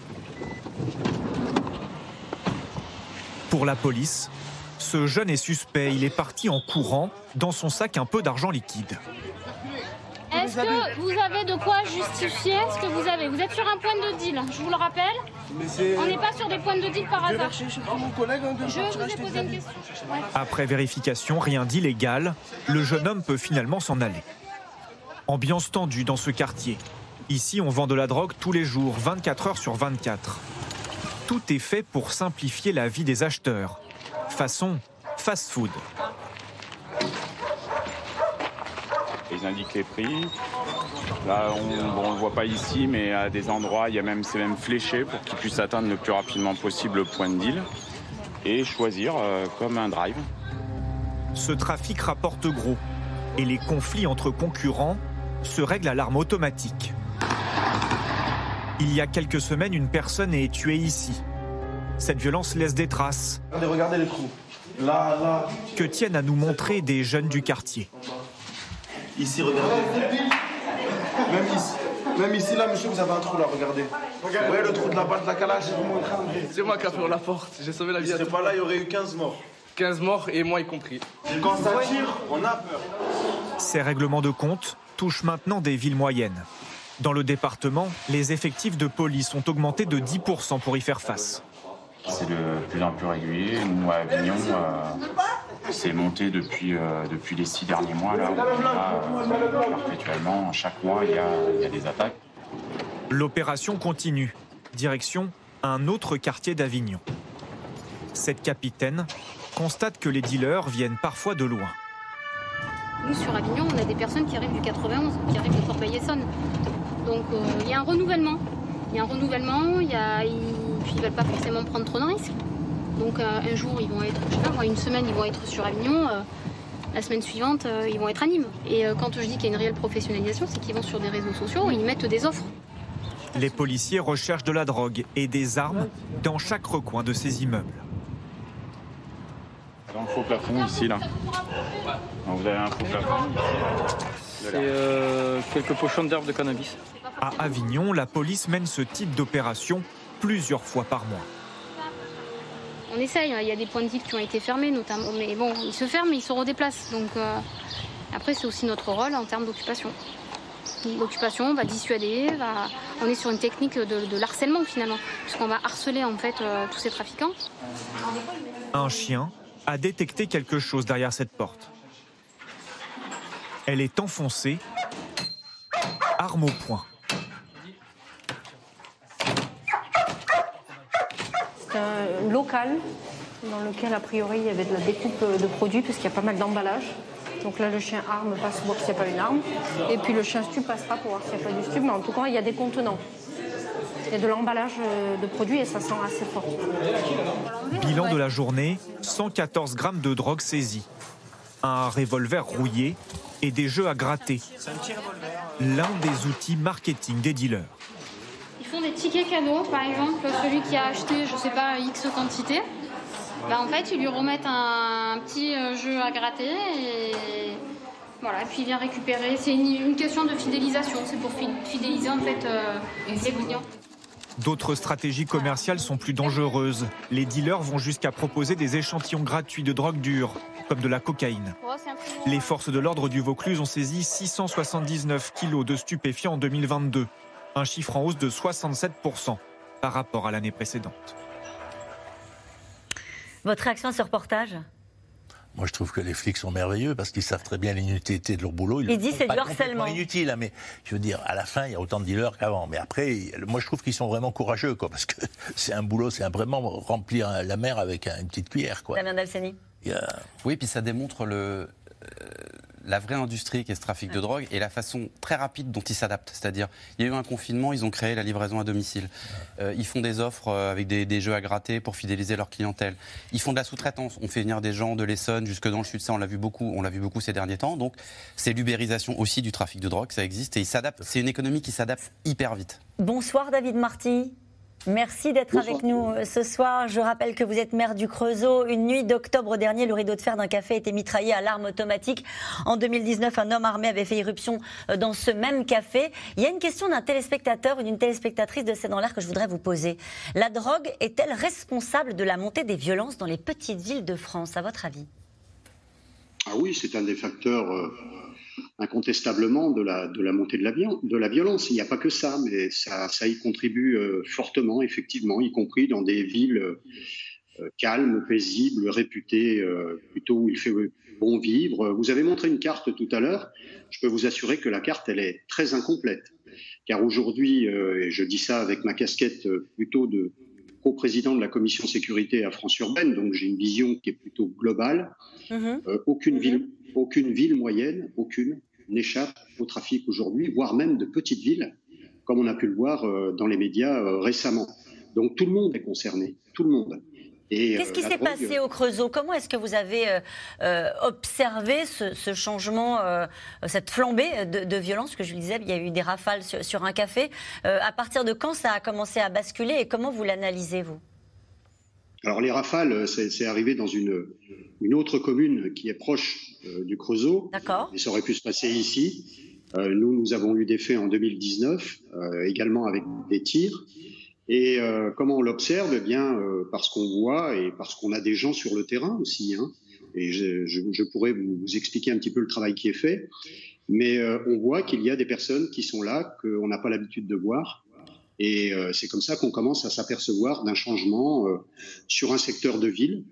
Pour la police, ce jeune est suspect. Il est parti en courant, dans son sac un peu d'argent liquide. Est-ce que vous avez de quoi justifier ce que vous avez ? Vous êtes sur un point de deal, je vous le rappelle. On n'est pas sur des points de deal par hasard. Je vous ai posé une question. Ouais. Après vérification, rien d'illégal. Le jeune homme peut finalement s'en aller. Ambiance tendue dans ce quartier. Ici, on vend de la drogue tous les jours, vingt-quatre heures sur vingt-quatre. Tout est fait pour simplifier la vie des acheteurs. Façon fast-food. Ils indiquent les prix. Là, on ne le voit pas ici, mais à des endroits, il y a même, c'est même fléché pour qu'ils puissent atteindre le plus rapidement possible le point de deal et choisir euh, comme un drive. Ce trafic rapporte gros et les conflits entre concurrents se règlent à l'arme automatique. Il y a quelques semaines, une personne est tuée ici. Cette violence laisse des traces. Regardez, regardez les trous. Là, là. Que tiennent à nous montrer des jeunes du quartier. Ici, regardez. Même ici, même ici, là, monsieur, vous avez un trou, là, regardez. Vous voyez le trou de la balle de la calage, c'est vous montrez, André. C'est moi qui ai ouvert la porte, j'ai sauvé la vie. Il serait pas là, il y aurait eu quinze morts. quinze morts et moi y compris. Quand ça tire, on a peur. Ces règlements de compte touchent maintenant des villes moyennes. Dans le département, les effectifs de police ont augmenté de dix pour cent pour y faire face. C'est de plus en plus régulier. Nous, à Avignon, euh, c'est monté depuis, euh, depuis les six derniers mois. Là, où on a, euh, perpétuellement, chaque mois, il y a, il y a des attaques. L'opération continue. Direction un autre quartier d'Avignon. Cette capitaine constate que les dealers viennent parfois de loin. Nous, sur Avignon, on a des personnes qui arrivent du quatre-vingt-onze, qui arrivent de Corbeil-Essonnes. Donc, euh, il y a un renouvellement. Il y a un renouvellement, il y a... ils ne veulent pas forcément prendre trop de risques. Donc, euh, un jour, ils vont être, je sais pas, une semaine, ils vont être sur Avignon. Euh, la semaine suivante, euh, ils vont être à Nîmes. Et euh, quand je dis qu'il y a une réelle professionnalisation, c'est qu'ils vont sur des réseaux sociaux et ils mettent des offres. Les policiers recherchent de la drogue et des armes dans chaque recoin de ces immeubles. Dans le faux plafond, ici, là. Donc, vous avez un faux plafond. C'est euh, quelques pochons d'herbes de cannabis. À Avignon, la police mène ce type d'opération plusieurs fois par mois. On essaye, il y a des points de deal qui ont été fermés notamment, mais bon, ils se ferment et ils se redéplacent. Donc euh, après, c'est aussi notre rôle en termes d'occupation. L'occupation, on va dissuader, va... on est sur une technique de, de l'harcèlement finalement, puisqu'on va harceler en fait euh, tous ces trafiquants. Un chien a détecté quelque chose derrière cette porte. Elle est enfoncée, arme au poing. C'est un local dans lequel, a priori, il y avait de la découpe de produits, parce qu'il y a pas mal d'emballage. Donc là, le chien arme passe pour voir s'il n'y a pas une arme. Et puis le chien stube passera pour voir s'il n'y a pas du stube. Mais en tout cas, il y a des contenants. Il y a de l'emballage de produits et ça sent assez fort. Bilan de la journée, cent quatorze grammes de drogue saisie. Un revolver rouillé et des jeux à gratter. L'un des outils marketing des dealers. Ils font des tickets cadeaux, par exemple, celui qui a acheté, je sais pas, X quantité. Bah, en fait, ils lui remettent un petit jeu à gratter et voilà, et puis il vient récupérer. C'est une, une question de fidélisation, c'est pour fidéliser en fait euh, les clients. D'autres stratégies commerciales sont plus dangereuses. Les dealers vont jusqu'à proposer des échantillons gratuits de drogue dure, comme de la cocaïne. Les forces de l'ordre du Vaucluse ont saisi six cent soixante-dix-neuf kilos de stupéfiants en deux mille vingt-deux, un chiffre en hausse de soixante-sept pour cent par rapport à l'année précédente. Votre réaction à ce reportage ? Moi, je trouve que les flics sont merveilleux parce qu'ils savent très bien l'inutilité de leur boulot. Ils, Ils disent c'est du harcèlement. Inutile, hein, mais je veux dire, à la fin, il y a autant de dealers qu'avant. Mais après, moi, je trouve qu'ils sont vraiment courageux, quoi, parce que c'est un boulot, c'est vraiment remplir la mer avec une petite cuillère, quoi. Damien Dalseni. A... Oui, puis ça démontre le. Euh... la vraie industrie qui est ce trafic de drogue et la façon très rapide dont ils s'adaptent. C'est-à-dire, il y a eu un confinement, ils ont créé la livraison à domicile. Euh, ils font des offres avec des, des jeux à gratter pour fidéliser leur clientèle. Ils font de la sous-traitance. On fait venir des gens de l'Essonne jusque dans le sud. Ça, on l'a vu beaucoup. On l'a vu beaucoup ces derniers temps. Donc, c'est l'ubérisation aussi du trafic de drogue. Ça existe et ils s'adaptent. C'est une économie qui s'adapte hyper vite. Bonsoir David Marty. Merci d'être avec nous ce soir. Je rappelle que vous êtes maire du Creusot. Une nuit d'octobre dernier, le rideau de fer d'un café était mitraillé à l'arme automatique. En deux mille dix-neuf, un homme armé avait fait irruption dans ce même café. Il y a une question d'un téléspectateur ou d'une téléspectatrice de C'est dans l'air que je voudrais vous poser. La drogue est-elle responsable de la montée des violences dans les petites villes de France, à votre avis ? Ah oui, c'est un des facteurs... Euh... incontestablement de la, de la montée de la, de la violence. Il n'y a pas que ça, mais ça, ça y contribue euh, fortement, effectivement, y compris dans des villes euh, calmes, paisibles, réputées, euh, plutôt où il fait bon vivre. Vous avez montré une carte tout à l'heure. Je peux vous assurer que la carte, elle est très incomplète. Car aujourd'hui, euh, et je dis ça avec ma casquette euh, plutôt de co-président de la commission sécurité à France Urbaine, donc j'ai une vision qui est plutôt globale. Mmh. Euh, aucune ville... Aucune ville moyenne, aucune, n'échappe au trafic aujourd'hui, voire même de petites villes, comme on a pu le voir dans les médias récemment. Donc tout le monde est concerné, tout le monde. Qu'est-ce qui s'est passé au Creusot? Comment est-ce que vous avez euh, euh, observé ce, ce changement, euh, cette flambée de, de violence? Que je vous disais, il y a eu des rafales sur, sur un café. Euh, à partir de quand ça a commencé à basculer et comment vous l'analysez, vous? Alors les rafales, c'est arrivé dans une, une autre commune qui est proche euh, du Creusot. D'accord. Et ça aurait pu se passer ici. Euh, nous, nous avons eu des faits en deux mille dix-neuf, euh, également avec des tirs. Et euh, comment on l'observe? Eh bien, euh, parce qu'on voit et parce qu'on a des gens sur le terrain aussi. Hein. Et je, je, je pourrais vous, vous expliquer un petit peu le travail qui est fait. Mais euh, on voit qu'il y a des personnes qui sont là, qu'on n'a pas l'habitude de voir. Et euh, c'est comme ça qu'on commence à s'apercevoir d'un changement euh, sur un secteur de ville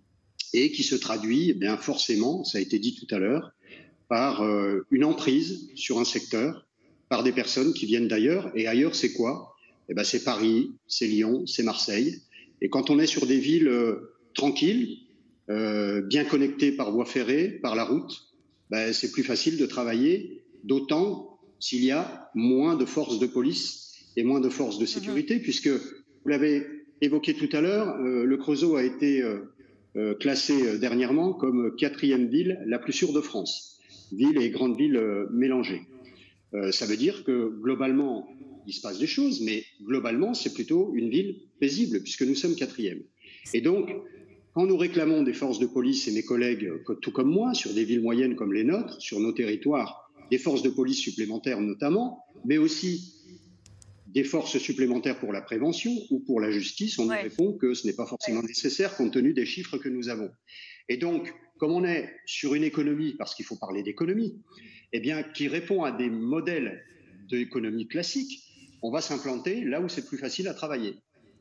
et qui se traduit, eh bien, forcément, ça a été dit tout à l'heure, par euh, une emprise sur un secteur, par des personnes qui viennent d'ailleurs. Et ailleurs, c'est quoi? Eh ben, c'est Paris, c'est Lyon, c'est Marseille. Et quand on est sur des villes euh, tranquilles, euh, bien connectées par voie ferrée, par la route, ben, c'est plus facile de travailler, d'autant s'il y a moins de forces de police et moins de forces de sécurité, mmh. puisque, vous l'avez évoqué tout à l'heure, euh, le Creusot a été euh, euh, classé euh, dernièrement comme quatrième ville la plus sûre de France. Ville et grande ville euh, mélangées. Euh, ça veut dire que, globalement, il se passe des choses, mais globalement, c'est plutôt une ville paisible, puisque nous sommes quatrième. Et donc, quand nous réclamons des forces de police, et mes collègues, tout comme moi, sur des villes moyennes comme les nôtres, sur nos territoires, des forces de police supplémentaires notamment, mais aussi des forces supplémentaires pour la prévention ou pour la justice, on ouais. nous répond que ce n'est pas forcément nécessaire compte tenu des chiffres que nous avons. Et donc, comme on est sur une économie, parce qu'il faut parler d'économie, eh bien, qui répond à des modèles d'économie classique, on va s'implanter là où c'est plus facile à travailler.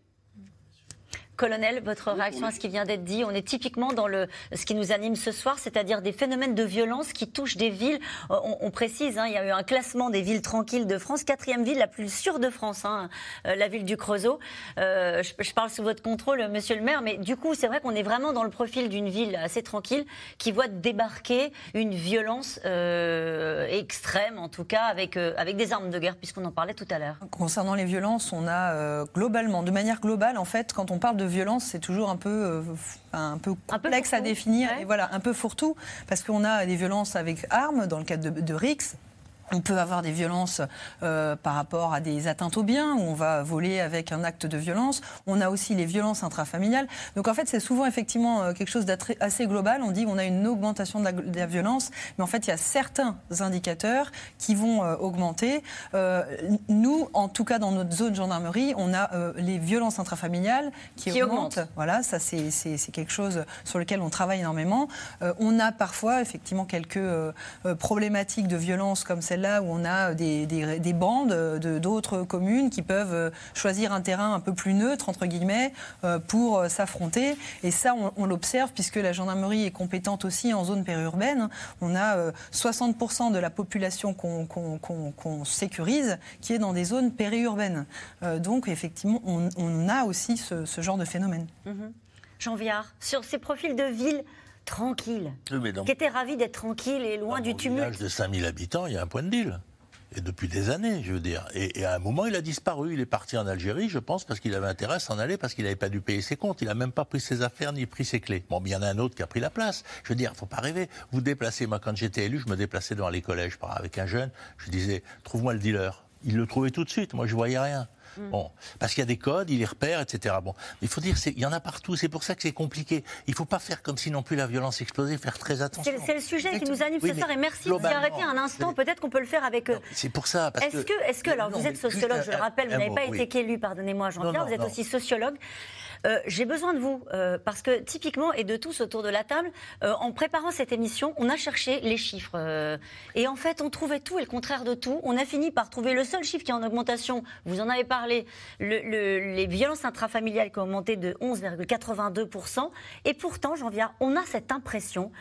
Colonel, votre réaction à ce qui vient d'être dit, on est typiquement dans le, ce qui nous anime ce soir, c'est-à-dire des phénomènes de violence qui touchent des villes. On, on précise, hein, il y a eu un classement des villes tranquilles de France, quatrième ville la plus sûre de France, hein, euh, la ville du Creusot. Euh, je, je parle sous votre contrôle, monsieur le maire, mais du coup, c'est vrai qu'on est vraiment dans le profil d'une ville assez tranquille qui voit débarquer une violence euh, extrême, en tout cas, avec, euh, avec des armes de guerre, puisqu'on en parlait tout à l'heure. Concernant les violences, on a euh, globalement, de manière globale, en fait, quand on parle de violence, c'est toujours un peu, euh, un peu complexe un peu à définir, ouais. et voilà, un peu fourre-tout, parce qu'on a des violences avec armes, dans le cadre de, de R I X. On peut avoir des violences euh, par rapport à des atteintes aux biens, où on va voler avec un acte de violence. On a aussi les violences intrafamiliales. Donc en fait, c'est souvent effectivement quelque chose d'assez global. On dit qu'on a une augmentation de la, de la violence, mais en fait, il y a certains indicateurs qui vont euh, augmenter. Euh, nous, en tout cas dans notre zone gendarmerie, on a euh, les violences intrafamiliales qui, qui augmentent. augmentent. Voilà, ça c'est, c'est, c'est quelque chose sur lequel on travaille énormément. Euh, on a parfois effectivement quelques euh, problématiques de violence comme celle là où on a des, des, des bandes de, d'autres communes qui peuvent choisir un terrain un peu plus neutre, entre guillemets, pour s'affronter. Et ça, on, on l'observe puisque la gendarmerie est compétente aussi en zone périurbaine. On a soixante pour cent de la population qu'on, qu'on, qu'on, qu'on sécurise qui est dans des zones périurbaines. Donc, effectivement, on, on a aussi ce, ce genre de phénomène. Mmh. Jean Viard, sur ces profils de villes tranquille, oui, dans... qui était ravi d'être tranquille et loin du tumulte. Dans un village de cinq mille habitants, il y a un point de deal. Et depuis des années, je veux dire. Et, et à un moment, il a disparu. Il est parti en Algérie, je pense, parce qu'il avait intérêt à s'en aller, parce qu'il n'avait pas dû payer ses comptes. Il n'a même pas pris ses affaires, ni pris ses clés. Bon, mais il y en a un autre qui a pris la place. Je veux dire, il ne faut pas rêver. Vous déplacez, moi, quand j'étais élu, je me déplaçais devant les collèges avec un jeune. Je disais, trouve-moi le dealer. Il le trouvait tout de suite. Moi, je ne voyais rien. Bon, parce qu'il y a des codes, il les repère, et cetera. Bon, il faut dire, il y en a partout. C'est pour ça que c'est compliqué. Il ne faut pas faire comme si non plus la violence explosait, faire très attention. C'est, c'est le sujet Exactement. qui nous anime oui, ce soir. Et merci de s'y arrêter un instant. Peut-être qu'on peut le faire avec. Non, c'est pour ça. Parce est-ce que, est-ce que, alors, non, vous êtes sociologue, je le rappelle, vous n'avez pas oui. été qu'élu, pardonnez-moi, Jean-Pierre. Vous êtes non. aussi sociologue. Euh, j'ai besoin de vous, euh, parce que typiquement, et de tous autour de la table, euh, en préparant cette émission, on a cherché les chiffres. Euh, et en fait, on trouvait tout et le contraire de tout. On a fini par trouver le seul chiffre qui est en augmentation. Vous en avez parlé, le, le, les violences intrafamiliales qui ont augmenté de onze virgule quatre-vingt-deux pour cent. Et pourtant, Jean Viard, on a cette impression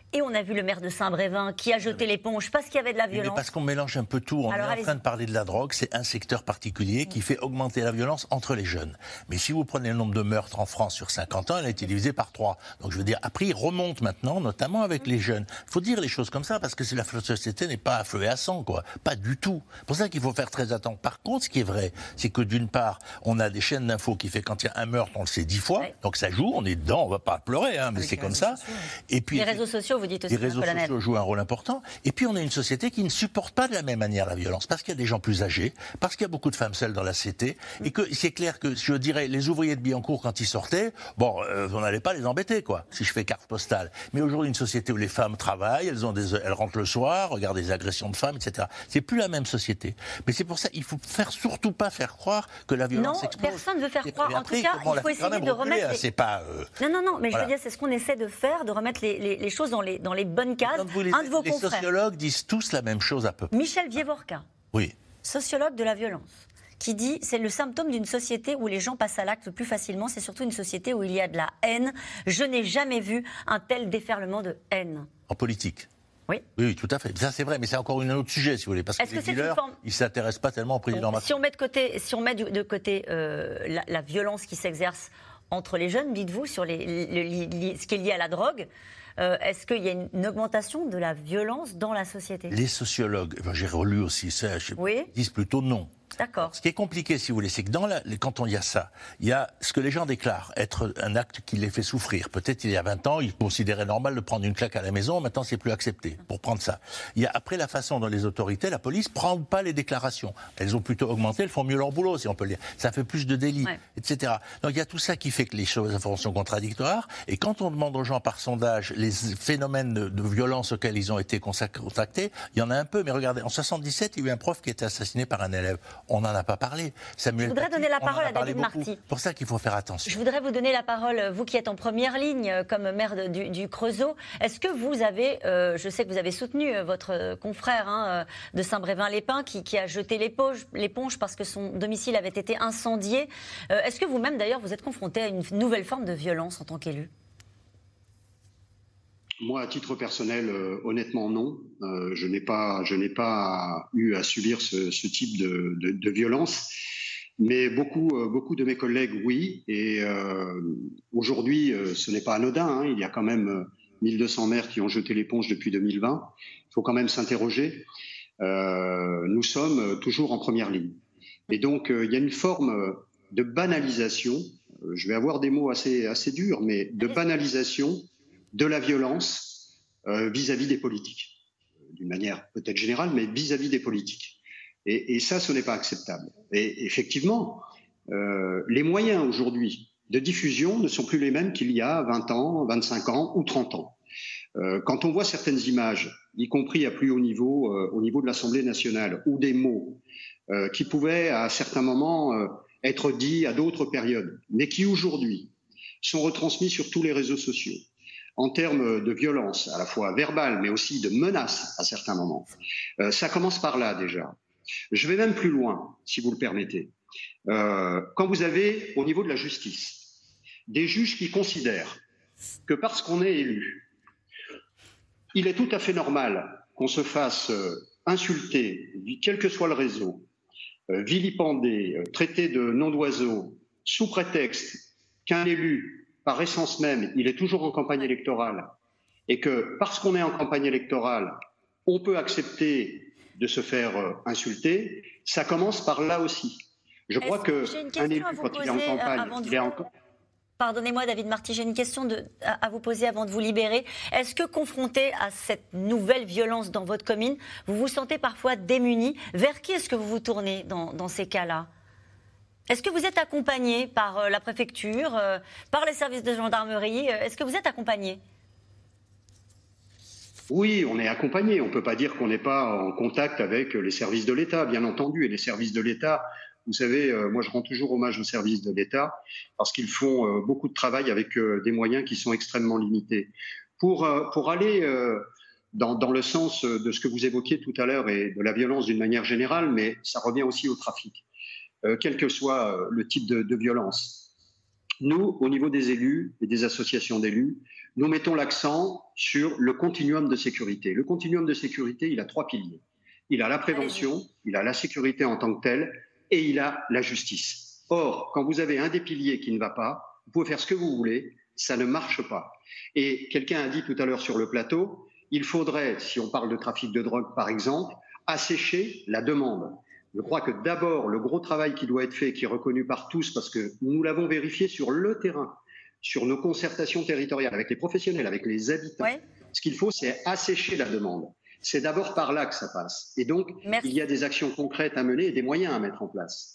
Et on a vu le maire de Saint-Brévin qui a jeté l'éponge parce qu'il y avait de la violence. Mais parce qu'on mélange un peu tout. On Alors, est en train de parler de la drogue, c'est un secteur particulier qui fait augmenter la violence entre les jeunes. Mais si vous prenez le nombre de meurtres en France sur cinquante ans, elle a été divisée par trois. Donc je veux dire, après, il remonte maintenant, notamment avec les jeunes. Il faut dire les choses comme ça, parce que la société n'est pas à feu et à sang, quoi. Pas du tout. C'est pour ça qu'il faut faire très attention. Par contre, ce qui est vrai, c'est que d'une part, on a des chaînes d'infos qui fait quand il y a un meurtre, on le sait dix fois. Ouais. Donc ça joue, on est dedans, on va pas pleurer, hein, mais c'est comme ça. Sociaux, ouais. Et puis les réseaux sociaux, vous dites aussi. Les réseaux sociaux jouent un rôle important. Et puis on a une société qui ne supporte pas de la même manière la violence, parce qu'il y a des gens plus âgés, parce qu'il y a beaucoup de femmes seules dans la cité, mmh. et que c'est clair que, je dirais, les ouvriers de Billancourt, quand ils sortaient, bon, euh, on n'allait pas les embêter, quoi, si je fais carte postale. Mais aujourd'hui, une société où les femmes travaillent, elles ont des, elles rentrent le soir, regardent des agressions de femmes, et cetera. C'est plus la même société. Mais c'est pour ça, il faut faire surtout pas faire croire que la violence explose. Non, personne ne veut faire croire. En tout cas, il faut essayer de remettre. Les... C'est pas. Euh... Non, non, non. Mais voilà. Je veux dire, c'est ce qu'on essaie de faire, de remettre les, les, les choses dans les dans les bonnes cases. Les, un de vos les confrères. sociologues disent tous la même chose à peu près. Michel Vievorka. Oui. Sociologue de la violence, qui dit c'est le symptôme d'une société où les gens passent à l'acte plus facilement, c'est surtout une société où il y a de la haine. Je n'ai jamais vu un tel déferlement de haine. En politique. Oui. oui, oui, tout à fait. Ça, c'est vrai, mais c'est encore un autre sujet, si vous voulez, parce que, que les dealers, forme... ils ne s'intéressent pas tellement au président Macron. Si on met de côté, si on met de côté euh, la, la violence qui s'exerce entre les jeunes, dites-vous, sur les, les, les, ce qui est lié à la drogue, euh, est-ce qu'il y a une, une augmentation de la violence dans la société? Les sociologues, ben, j'ai relu aussi ça, je, oui. disent plutôt non. D'accord. Ce qui est compliqué, si vous voulez, c'est que dans la, quand on y a ça, il y a ce que les gens déclarent être un acte qui les fait souffrir. Peut-être il y a vingt ans, ils considéraient normal de prendre une claque à la maison, maintenant c'est plus accepté pour prendre ça. Il y a après la façon dont les autorités, la police, prend pas les déclarations. Elles ont plutôt augmenté, elles font mieux leur boulot, si on peut le dire. Ça fait plus de délits, ouais. et cetera. Donc il y a tout ça qui fait que les choses sont contradictoires. Et quand on demande aux gens par sondage les phénomènes de, de violence auxquels ils ont été contactés, il y en a un peu. Mais regardez, en soixante-dix-sept, il y a eu un prof qui a été assassiné par un élève. On n'en a pas parlé. Samuel Je voudrais Paty, donner la parole à David beaucoup. Marty. C'est pour ça qu'il faut faire attention. Je voudrais vous donner la parole, vous qui êtes en première ligne comme maire de, du, du Creusot. Est-ce que vous avez, euh, je sais que vous avez soutenu euh, votre confrère hein, de Saint-Brévin-les-Pins qui, qui a jeté l'éponge parce que son domicile avait été incendié. Euh, Est-ce que vous-même, d'ailleurs, vous êtes confronté à une nouvelle forme de violence en tant qu'élu ? Moi, à titre personnel, euh, honnêtement, non. Euh, je n'ai pas, je n'ai pas eu à subir ce, ce type de, de, de violence. Mais beaucoup, euh, beaucoup de mes collègues, oui. Et euh, aujourd'hui, euh, ce n'est pas anodin. Hein. Il y a quand même euh, mille deux cents maires qui ont jeté l'éponge depuis deux mille vingt. Il faut quand même s'interroger. Euh, nous sommes toujours en première ligne. Et donc, euh, il y a une forme de banalisation. Euh, je vais avoir des mots assez, assez durs, mais de banalisation de la violence euh, vis-à-vis des politiques, d'une manière peut-être générale, mais vis-à-vis des politiques. Et, et ça, ce n'est pas acceptable. Et effectivement, euh, les moyens aujourd'hui de diffusion ne sont plus les mêmes qu'il y a vingt ans, vingt-cinq ans ou trente ans. Euh, quand on voit certaines images, y compris à plus haut niveau, euh, au niveau de l'Assemblée nationale, ou des mots euh, qui pouvaient à certains moments euh, être dits à d'autres périodes, mais qui aujourd'hui sont retransmis sur tous les réseaux sociaux, en termes de violence, à la fois verbale, mais aussi de menaces à certains moments. Euh, ça commence par là déjà. Je vais même plus loin, si vous le permettez. Euh, quand vous avez, au niveau de la justice, des juges qui considèrent que parce qu'on est élu, il est tout à fait normal qu'on se fasse euh, insulter, quel que soit le réseau, euh, vilipender, euh, traiter de nom d'oiseau, sous prétexte qu'un élu, par essence même, il est toujours en campagne électorale et que parce qu'on est en campagne électorale, on peut accepter de se faire euh, insulter, ça commence par là aussi. Je crois qu'un élu, quand il est en campagne, il est en... Pardonnez-moi, David Marty, j'ai une question de, à, à vous poser avant de vous libérer. Est-ce que, confronté à cette nouvelle violence dans votre commune, vous vous sentez parfois démuni? Vers qui est-ce que vous vous tournez dans, dans ces cas-là? Est-ce que vous êtes accompagné par euh, la préfecture, euh, par les services de gendarmerie? Est-ce que vous êtes accompagné? Oui, on est accompagné. On ne peut pas dire qu'on n'est pas en contact avec les services de l'État, bien entendu. Et les services de l'État, vous savez, euh, moi je rends toujours hommage aux services de l'État parce qu'ils font euh, beaucoup de travail avec euh, des moyens qui sont extrêmement limités. Pour, euh, pour aller euh, dans, dans le sens de ce que vous évoquiez tout à l'heure et de la violence d'une manière générale, mais ça revient aussi au trafic. Euh, quel que soit euh, le type de, de violence. Nous, au niveau des élus et des associations d'élus, nous mettons l'accent sur le continuum de sécurité. Le continuum de sécurité, il a trois piliers. Il a la prévention, il a la sécurité en tant que telle, et il a la justice. Or, quand vous avez un des piliers qui ne va pas, vous pouvez faire ce que vous voulez, ça ne marche pas. Et quelqu'un a dit tout à l'heure sur le plateau, il faudrait, si on parle de trafic de drogue par exemple, assécher la demande. Je crois que d'abord, le gros travail qui doit être fait, qui est reconnu par tous, parce que nous l'avons vérifié sur le terrain, sur nos concertations territoriales, avec les professionnels, avec les habitants, ouais. Ce qu'il faut, c'est assécher la demande. C'est d'abord par là que ça passe. Et donc, Merci. Il y a des actions concrètes à mener et des moyens à mettre en place.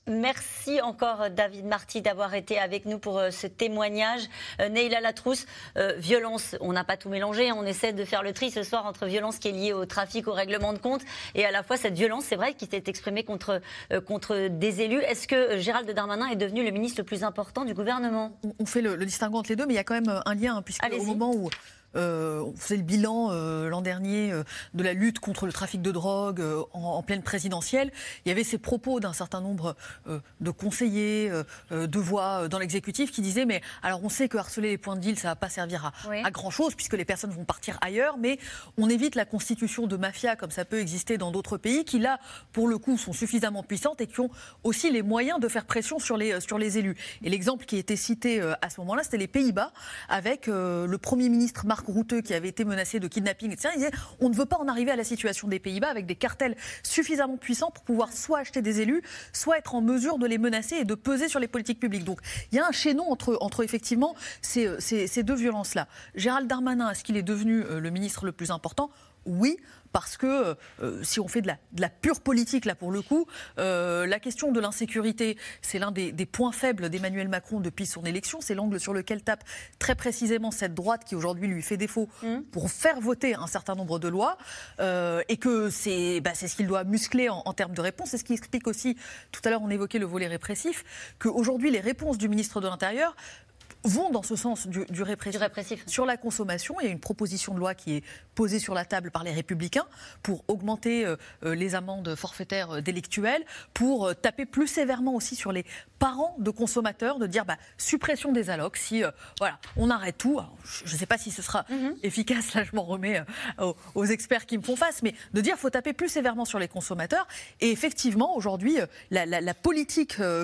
Merci encore David Marty d'avoir été avec nous pour euh, ce témoignage. Euh, Neila Latrousse, euh, violence, on n'a pas tout mélangé, on essaie de faire le tri ce soir entre violence qui est liée au trafic, au règlement de compte, et à la fois cette violence, c'est vrai, qui s'est exprimée contre, euh, contre des élus. Est-ce que euh, Gérald Darmanin est devenu le ministre le plus important du gouvernement ? On fait le, le distinguo entre les deux, mais il y a quand même un lien, hein, puisque Allez-y. Au moment où... Euh, on faisait le bilan euh, l'an dernier euh, de la lutte contre le trafic de drogue euh, en, en pleine présidentielle. Il y avait ces propos d'un certain nombre euh, de conseillers, euh, de voix euh, dans l'exécutif qui disaient mais alors on sait que harceler les points de deal ça va pas servir à, oui. à grand chose puisque les personnes vont partir ailleurs, mais on évite la constitution de mafias comme ça peut exister dans d'autres pays qui là pour le coup sont suffisamment puissantes et qui ont aussi les moyens de faire pression sur les, sur les élus. Et l'exemple qui était cité euh, à ce moment-là c'était les Pays-Bas avec euh, le Premier ministre Mark Rutte qui avait été menacé de kidnapping, et cetera. Il disait on ne veut pas en arriver à la situation des Pays-Bas avec des cartels suffisamment puissants pour pouvoir soit acheter des élus, soit être en mesure de les menacer et de peser sur les politiques publiques. Donc il y a un chaînon entre, entre effectivement ces, ces, ces deux violences-là. Gérald Darmanin, est-ce qu'il est devenu euh, le ministre le plus important ? Oui, parce que euh, si on fait de la, de la pure politique, là pour le coup, euh, la question de l'insécurité, c'est l'un des, des points faibles d'Emmanuel Macron depuis son élection. C'est l'angle sur lequel tape très précisément cette droite qui aujourd'hui lui fait défaut mmh. pour faire voter un certain nombre de lois. Euh, et que c'est, bah, c'est ce qu'il doit muscler en, en termes de réponse. C'est ce qui explique aussi, tout à l'heure on évoquait le volet répressif, qu'aujourd'hui les réponses du ministre de l'Intérieur vont dans ce sens du, du, répressif. du répressif. Sur la consommation, il y a une proposition de loi qui est posée sur la table par les Républicains pour augmenter euh, les amendes forfaitaires délictuelles, pour euh, taper plus sévèrement aussi sur les parents de consommateurs, de dire bah, suppression des allocs, si euh, voilà, on arrête tout. Alors, je ne sais pas si ce sera mm-hmm. efficace, là je m'en remets euh, aux, aux experts qui me font face, mais de dire qu'il faut taper plus sévèrement sur les consommateurs. Et effectivement, aujourd'hui, euh, la, la, la politique euh,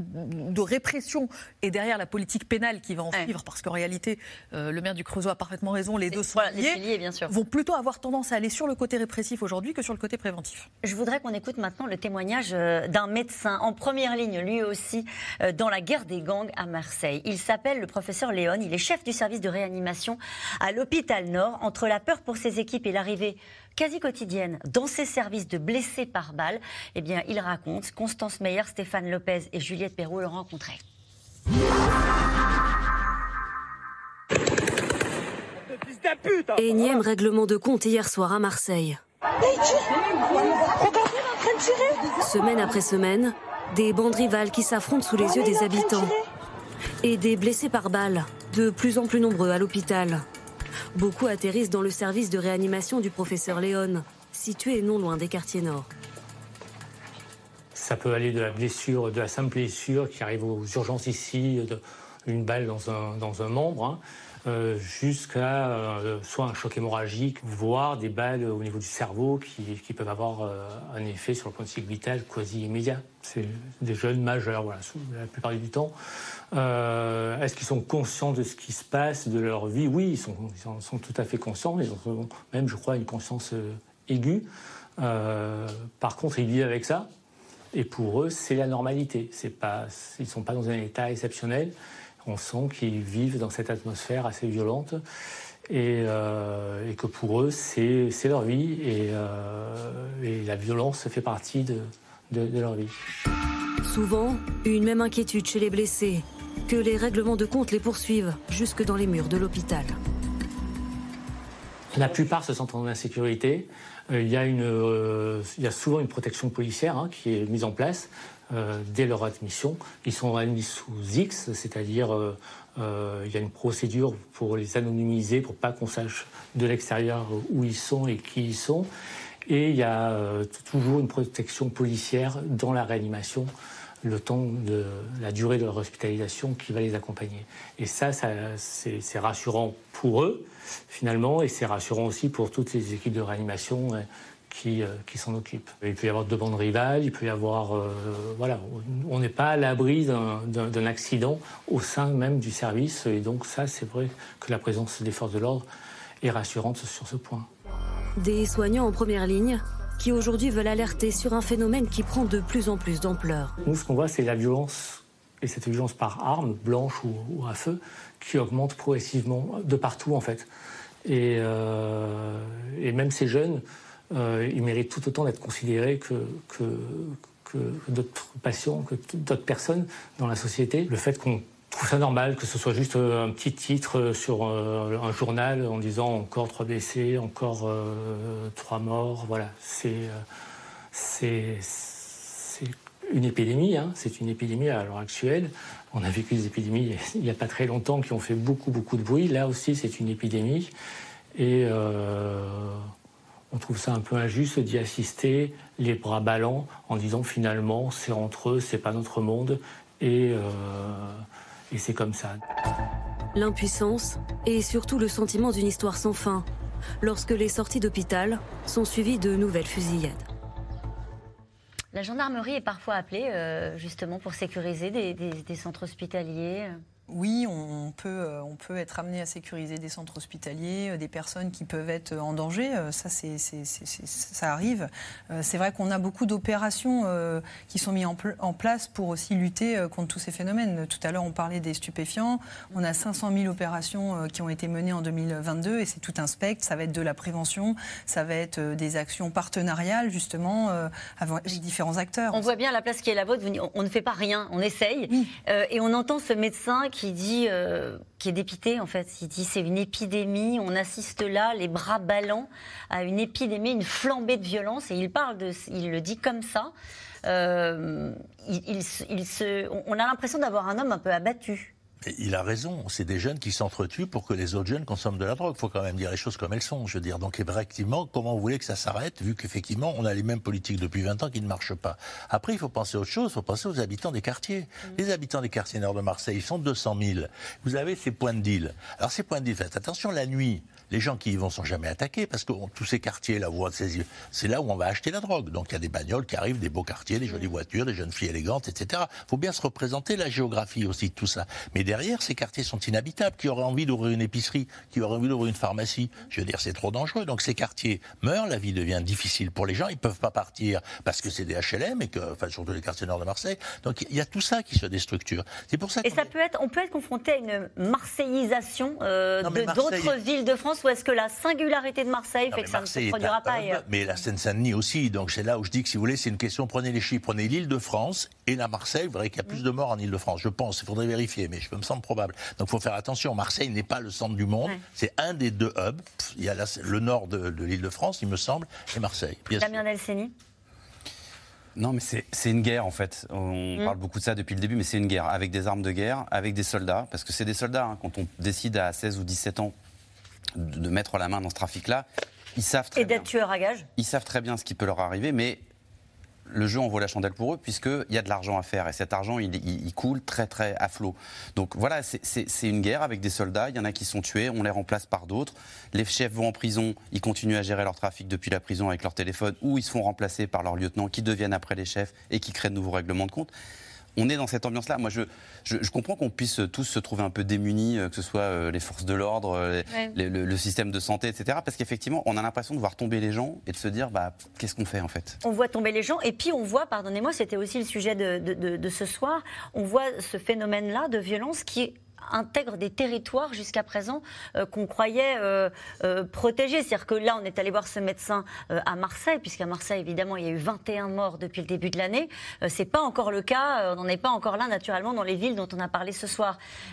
de répression est derrière la politique pénale qui va en suivre, ouais. parce qu'en réalité, euh, le maire du Creusot a parfaitement raison, les deux sont voilà, liés, liés, bien sûr. vont plutôt avoir tendance à aller sur le côté répressif aujourd'hui que sur le côté préventif. Je voudrais qu'on écoute maintenant le témoignage d'un médecin en première ligne, lui aussi, dans la guerre des gangs à Marseille. Il s'appelle le professeur Léon, il est chef du service de réanimation à l'hôpital Nord. Entre la peur pour ses équipes et l'arrivée quasi quotidienne dans ses services de blessés par balle, eh bien, il raconte, Constance Meyer, Stéphane Lopez et Juliette Perrault le rencontraient. Énième règlement de compte hier soir à Marseille. Semaine après semaine, des bandes rivales qui s'affrontent sous les yeux des habitants. Et des blessés par balle, de plus en plus nombreux à l'hôpital. Beaucoup atterrissent dans le service de réanimation du professeur Léon, situé non loin des quartiers nord. Ça peut aller de la blessure, de la simple blessure qui arrive aux urgences ici, de, une balle dans un, dans un membre, hein, euh, jusqu'à euh, soit un choc hémorragique, voire des balles au niveau du cerveau qui, qui peuvent avoir euh, un effet sur le plan vital quasi immédiat. C'est des jeunes majeurs, voilà, la plupart du temps. Euh, est-ce qu'ils sont conscients de ce qui se passe, de leur vie ? Oui, ils sont, ils sont, sont tout à fait conscients, ils ont même, je crois, une conscience euh, aiguë. Euh, par contre, ils vivent avec ça. Et pour eux, c'est la normalité. C'est pas, ils ne sont pas dans un état exceptionnel. On sent qu'ils vivent dans cette atmosphère assez violente et, euh, et que pour eux, c'est, c'est leur vie. Et, euh, et la violence fait partie de, de, de leur vie. Souvent, une même inquiétude chez les blessés, que les règlements de compte les poursuivent jusque dans les murs de l'hôpital. La plupart se sentent en insécurité. Euh, il, y a une, euh, il y a souvent une protection policière hein, qui est mise en place euh, dès leur admission. Ils sont admis sous X, c'est-à-dire euh, euh, il y a une procédure pour les anonymiser, pour pas qu'on sache de l'extérieur où ils sont et qui ils sont. Et il y a euh, toujours une protection policière dans la réanimation le temps de la durée de leur hospitalisation qui va les accompagner. Et ça, ça c'est, c'est rassurant pour eux, finalement, et c'est rassurant aussi pour toutes les équipes de réanimation qui, euh, qui s'en occupent. Il peut y avoir deux bandes rivales, il peut y avoir... Euh, voilà, on n'est pas à l'abri d'un, d'un, d'un accident au sein même du service, et donc ça, c'est vrai que la présence des forces de l'ordre est rassurante sur ce point. Des soignants en première ligne qui aujourd'hui veulent alerter sur un phénomène qui prend de plus en plus d'ampleur. Nous, ce qu'on voit, c'est la violence, et cette violence par arme, blanche ou, ou à feu, qui augmente progressivement de partout, en fait. Et, euh, et même ces jeunes, euh, ils méritent tout autant d'être considérés que, que, que d'autres patients, que d'autres personnes dans la société. Le fait qu'on trouve ça normal, que ce soit juste un petit titre sur un journal en disant encore trois blessés, encore euh, trois morts, voilà. C'est, c'est, c'est une épidémie, hein. C'est une épidémie à l'heure actuelle. On a vécu des épidémies il n'y a pas très longtemps qui ont fait beaucoup, beaucoup de bruit. Là aussi, c'est une épidémie. Et euh, on trouve ça un peu injuste d'y assister les bras ballants en disant finalement, c'est entre eux, c'est pas notre monde. Et... Euh, Et c'est comme ça. L'impuissance et surtout le sentiment d'une histoire sans fin, lorsque les sorties d'hôpital sont suivies de nouvelles fusillades. La gendarmerie est parfois appelée euh, justement pour sécuriser des, des, des centres hospitaliers. Oui, on peut, on peut être amené à sécuriser des centres hospitaliers, des personnes qui peuvent être en danger. Ça, c'est, c'est, c'est, c'est, ça arrive. C'est vrai qu'on a beaucoup d'opérations qui sont mises en, en place pour aussi lutter contre tous ces phénomènes. Tout à l'heure, on parlait des stupéfiants. On a cinq cent mille opérations qui ont été menées en deux mille vingt-deux et c'est tout un spectre. Ça va être de la prévention, ça va être des actions partenariales, justement, avec différents acteurs. On voit bien la place qui est la vôtre. On ne fait pas rien, on essaye. Oui. Euh, et on entend ce médecin qui dit, euh, qui est dépité en fait, il dit c'est une épidémie, on assiste là, les bras ballants, à une épidémie, une flambée de violence, et il parle de, il le dit comme ça. Euh, il, il, il se, on a l'impression d'avoir un homme un peu abattu. Et il a raison, c'est des jeunes qui s'entretuent pour que les autres jeunes consomment de la drogue. Il faut quand même dire les choses comme elles sont, je veux dire. Donc effectivement, comment vous voulez que ça s'arrête, vu qu'effectivement, on a les mêmes politiques depuis vingt ans qui ne marchent pas. Après, il faut penser à autre chose, il faut penser aux habitants des quartiers. Mmh. Les habitants des quartiers nord de Marseille, ils sont deux cent mille. Vous avez ces points de deal. Alors ces points de deal, faites attention, la nuit, les gens qui y vont sont jamais attaqués, parce que on, tous ces quartiers, la voie de ces, c'est là où on va acheter la drogue. Donc il y a des bagnoles qui arrivent, des beaux quartiers, des jolies voitures, des jeunes filles élégantes, et cetera. Il faut bien se représenter la géographie aussi de tout ça. Mais derrière, ces quartiers sont inhabitables. Qui aurait envie d'ouvrir une épicerie, qui aurait envie d'ouvrir une pharmacie, je veux dire, c'est trop dangereux. Donc ces quartiers meurent, la vie devient difficile pour les gens, ils peuvent pas partir parce que c'est des H L M, et que, enfin surtout les quartiers nord de Marseille. Donc il y a tout ça qui se déstructure. C'est pour ça. Et ça est... peut être, on peut être confronté à une marseillisation euh, non, de Marseille... d'autres villes de France, ou est-ce que la singularité de Marseille non, fait que ça Marseille ne se produira pas ailleurs? Mais la Seine-Saint-Denis aussi. Donc c'est là où je dis que si vous voulez, c'est une question. Prenez les chiffres, prenez l'Île-de-France et la Marseille. Vous verrez qu'il y a plus de morts en Île-de-France. Je pense, il faudrait vérifier, mais je me semble probable. Donc il faut faire attention. Marseille n'est pas le centre du monde. Ouais. C'est un des deux hubs. Il y a là, le nord de, de l'Île-de-France, il me semble, et Marseille. Damien Delceni. Non, mais c'est, c'est une guerre, en fait. On mmh. parle beaucoup de ça depuis le début, mais c'est une guerre. Avec des armes de guerre, avec des soldats. Parce que c'est des soldats. Hein, quand on décide à seize ou dix-sept ans de, de mettre la main dans ce trafic-là, ils savent très Et bien. d'être tueurs à gages. Ils savent très bien ce qui peut leur arriver, mais le jeu en vaut la chandelle pour eux, puisqu'il y a de l'argent à faire. Et cet argent, il, il, il coule très, très à flot. Donc voilà, c'est, c'est, c'est une guerre avec des soldats. Il y en a qui sont tués, on les remplace par d'autres. Les chefs vont en prison, ils continuent à gérer leur trafic depuis la prison avec leur téléphone, ou ils se font remplacer par leurs lieutenants qui deviennent après les chefs et qui créent de nouveaux règlements de compte. On est dans cette ambiance-là. Moi, je, je, je comprends qu'on puisse tous se trouver un peu démunis, que ce soit les forces de l'ordre, ouais. les, le, le système de santé, et cetera. Parce qu'effectivement, on a l'impression de voir tomber les gens et de se dire, bah, qu'est-ce qu'on fait en fait ? On voit tomber les gens et puis on voit, pardonnez-moi, c'était aussi le sujet de, de, de, de ce soir, on voit ce phénomène-là de violence qui intègre des territoires jusqu'à présent euh, qu'on croyait euh, euh, protégés. C'est-à-dire que là, on est allé voir ce médecin euh, à Marseille, puisqu'à Marseille, évidemment, il y a eu vingt et un morts depuis le début de l'année. Euh, c'est pas encore le cas, euh, on n'en est pas encore là, naturellement, dans les villes dont on a parlé ce soir. Mais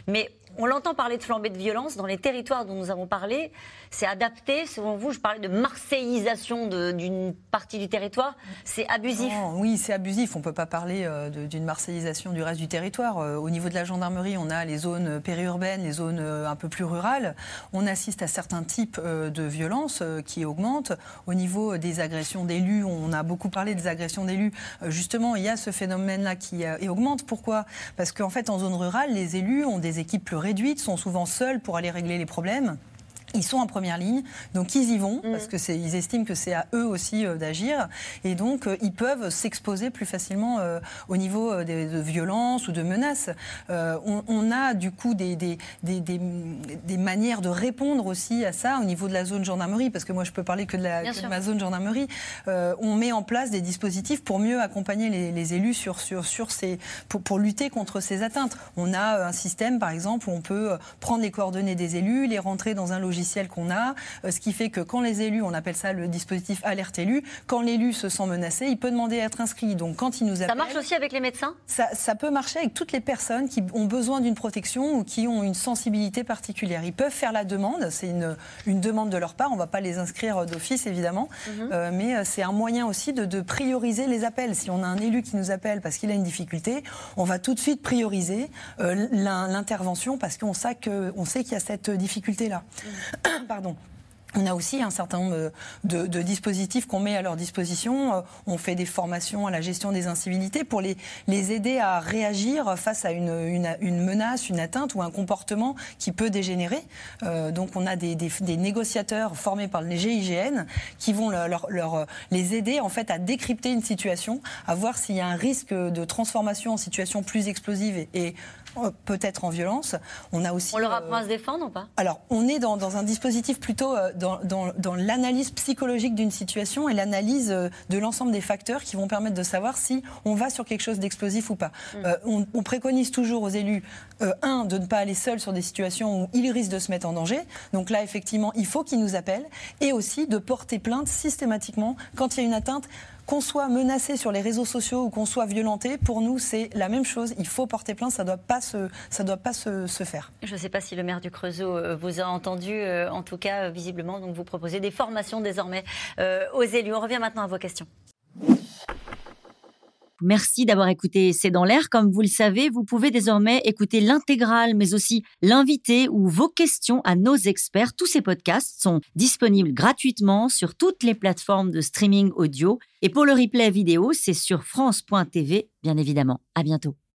On l'entend parler de flambée de violence dans les territoires dont nous avons parlé. C'est adapté, selon vous, je parlais de marseillisation de, d'une partie du territoire. C'est abusif. Non, oui, c'est abusif. On ne peut pas parler euh, de, d'une marseillisation du reste du territoire. Euh, au niveau de la gendarmerie, on a les zones périurbaines, les zones euh, un peu plus rurales. On assiste à certains types euh, de violences euh, qui augmentent. Au niveau des agressions d'élus, on a beaucoup parlé des agressions d'élus. Euh, justement, il y a ce phénomène-là qui euh, augmente. Pourquoi ? Parce qu'en fait, en zone rurale, les élus ont des équipes plus réduites, sont souvent seuls pour aller régler les problèmes. Ils sont en première ligne, donc ils y vont, mmh. parce que c'est, ils estiment que c'est à eux aussi euh, d'agir, et donc euh, ils peuvent s'exposer plus facilement euh, au niveau euh, de, de violences ou de menaces. Euh, on, on a du coup des, des, des, des, des manières de répondre aussi à ça au niveau de la zone gendarmerie, parce que moi je peux parler que de, la, que de ma zone gendarmerie. Euh, on met en place des dispositifs pour mieux accompagner les, les élus sur, sur, sur ces, pour, pour lutter contre ces atteintes. On a un système par exemple où on peut prendre les coordonnées des élus, les rentrer dans un logiciel qu'on a, ce qui fait que quand les élus, on appelle ça le dispositif alerte élu, quand l'élu se sent menacé, il peut demander à être inscrit. Donc quand il nous appelle... Ça marche aussi avec les médecins ? ça, ça peut marcher avec toutes les personnes qui ont besoin d'une protection ou qui ont une sensibilité particulière. Ils peuvent faire la demande, c'est une, une demande de leur part, on ne va pas les inscrire d'office évidemment, mm-hmm. euh, mais c'est un moyen aussi de, de prioriser les appels. Si on a un élu qui nous appelle parce qu'il a une difficulté, on va tout de suite prioriser euh, l'intervention parce qu'on sait, que, on sait qu'il y a cette difficulté-là. Mm. Pardon. On a aussi un certain nombre de, de dispositifs qu'on met à leur disposition. On fait des formations à la gestion des incivilités pour les, les aider à réagir face à une, une, une menace, une atteinte ou un comportement qui peut dégénérer. Euh, donc on a des, des, des négociateurs formés par le G I G N qui vont leur, leur, les aider en fait à décrypter une situation, à voir s'il y a un risque de transformation en situation plus explosive et, et peut-être en violence. On a aussi. On leur apprend euh, à se défendre ou pas ? Alors, on est dans, dans un dispositif plutôt euh, dans, dans, dans l'analyse psychologique d'une situation et l'analyse euh, de l'ensemble des facteurs qui vont permettre de savoir si on va sur quelque chose d'explosif ou pas. Mmh. Euh, on, on préconise toujours aux élus, euh, un, de ne pas aller seuls sur des situations où ils risquent de se mettre en danger. Donc là, effectivement, il faut qu'ils nous appellent et aussi de porter plainte systématiquement quand il y a une atteinte. Qu'on soit menacé sur les réseaux sociaux ou qu'on soit violenté, pour nous, c'est la même chose. Il faut porter plainte, ça ne doit pas, se, ça doit pas se, se faire. Je ne sais pas si le maire du Creusot vous a entendu, en tout cas, visiblement. Donc vous proposez des formations désormais euh, aux élus. On revient maintenant à vos questions. Merci d'avoir écouté C'est dans l'air. Comme vous le savez, vous pouvez désormais écouter l'intégrale, mais aussi l'invité ou vos questions à nos experts. Tous ces podcasts sont disponibles gratuitement sur toutes les plateformes de streaming audio. Et pour le replay vidéo, c'est sur France point T V, bien évidemment. À bientôt.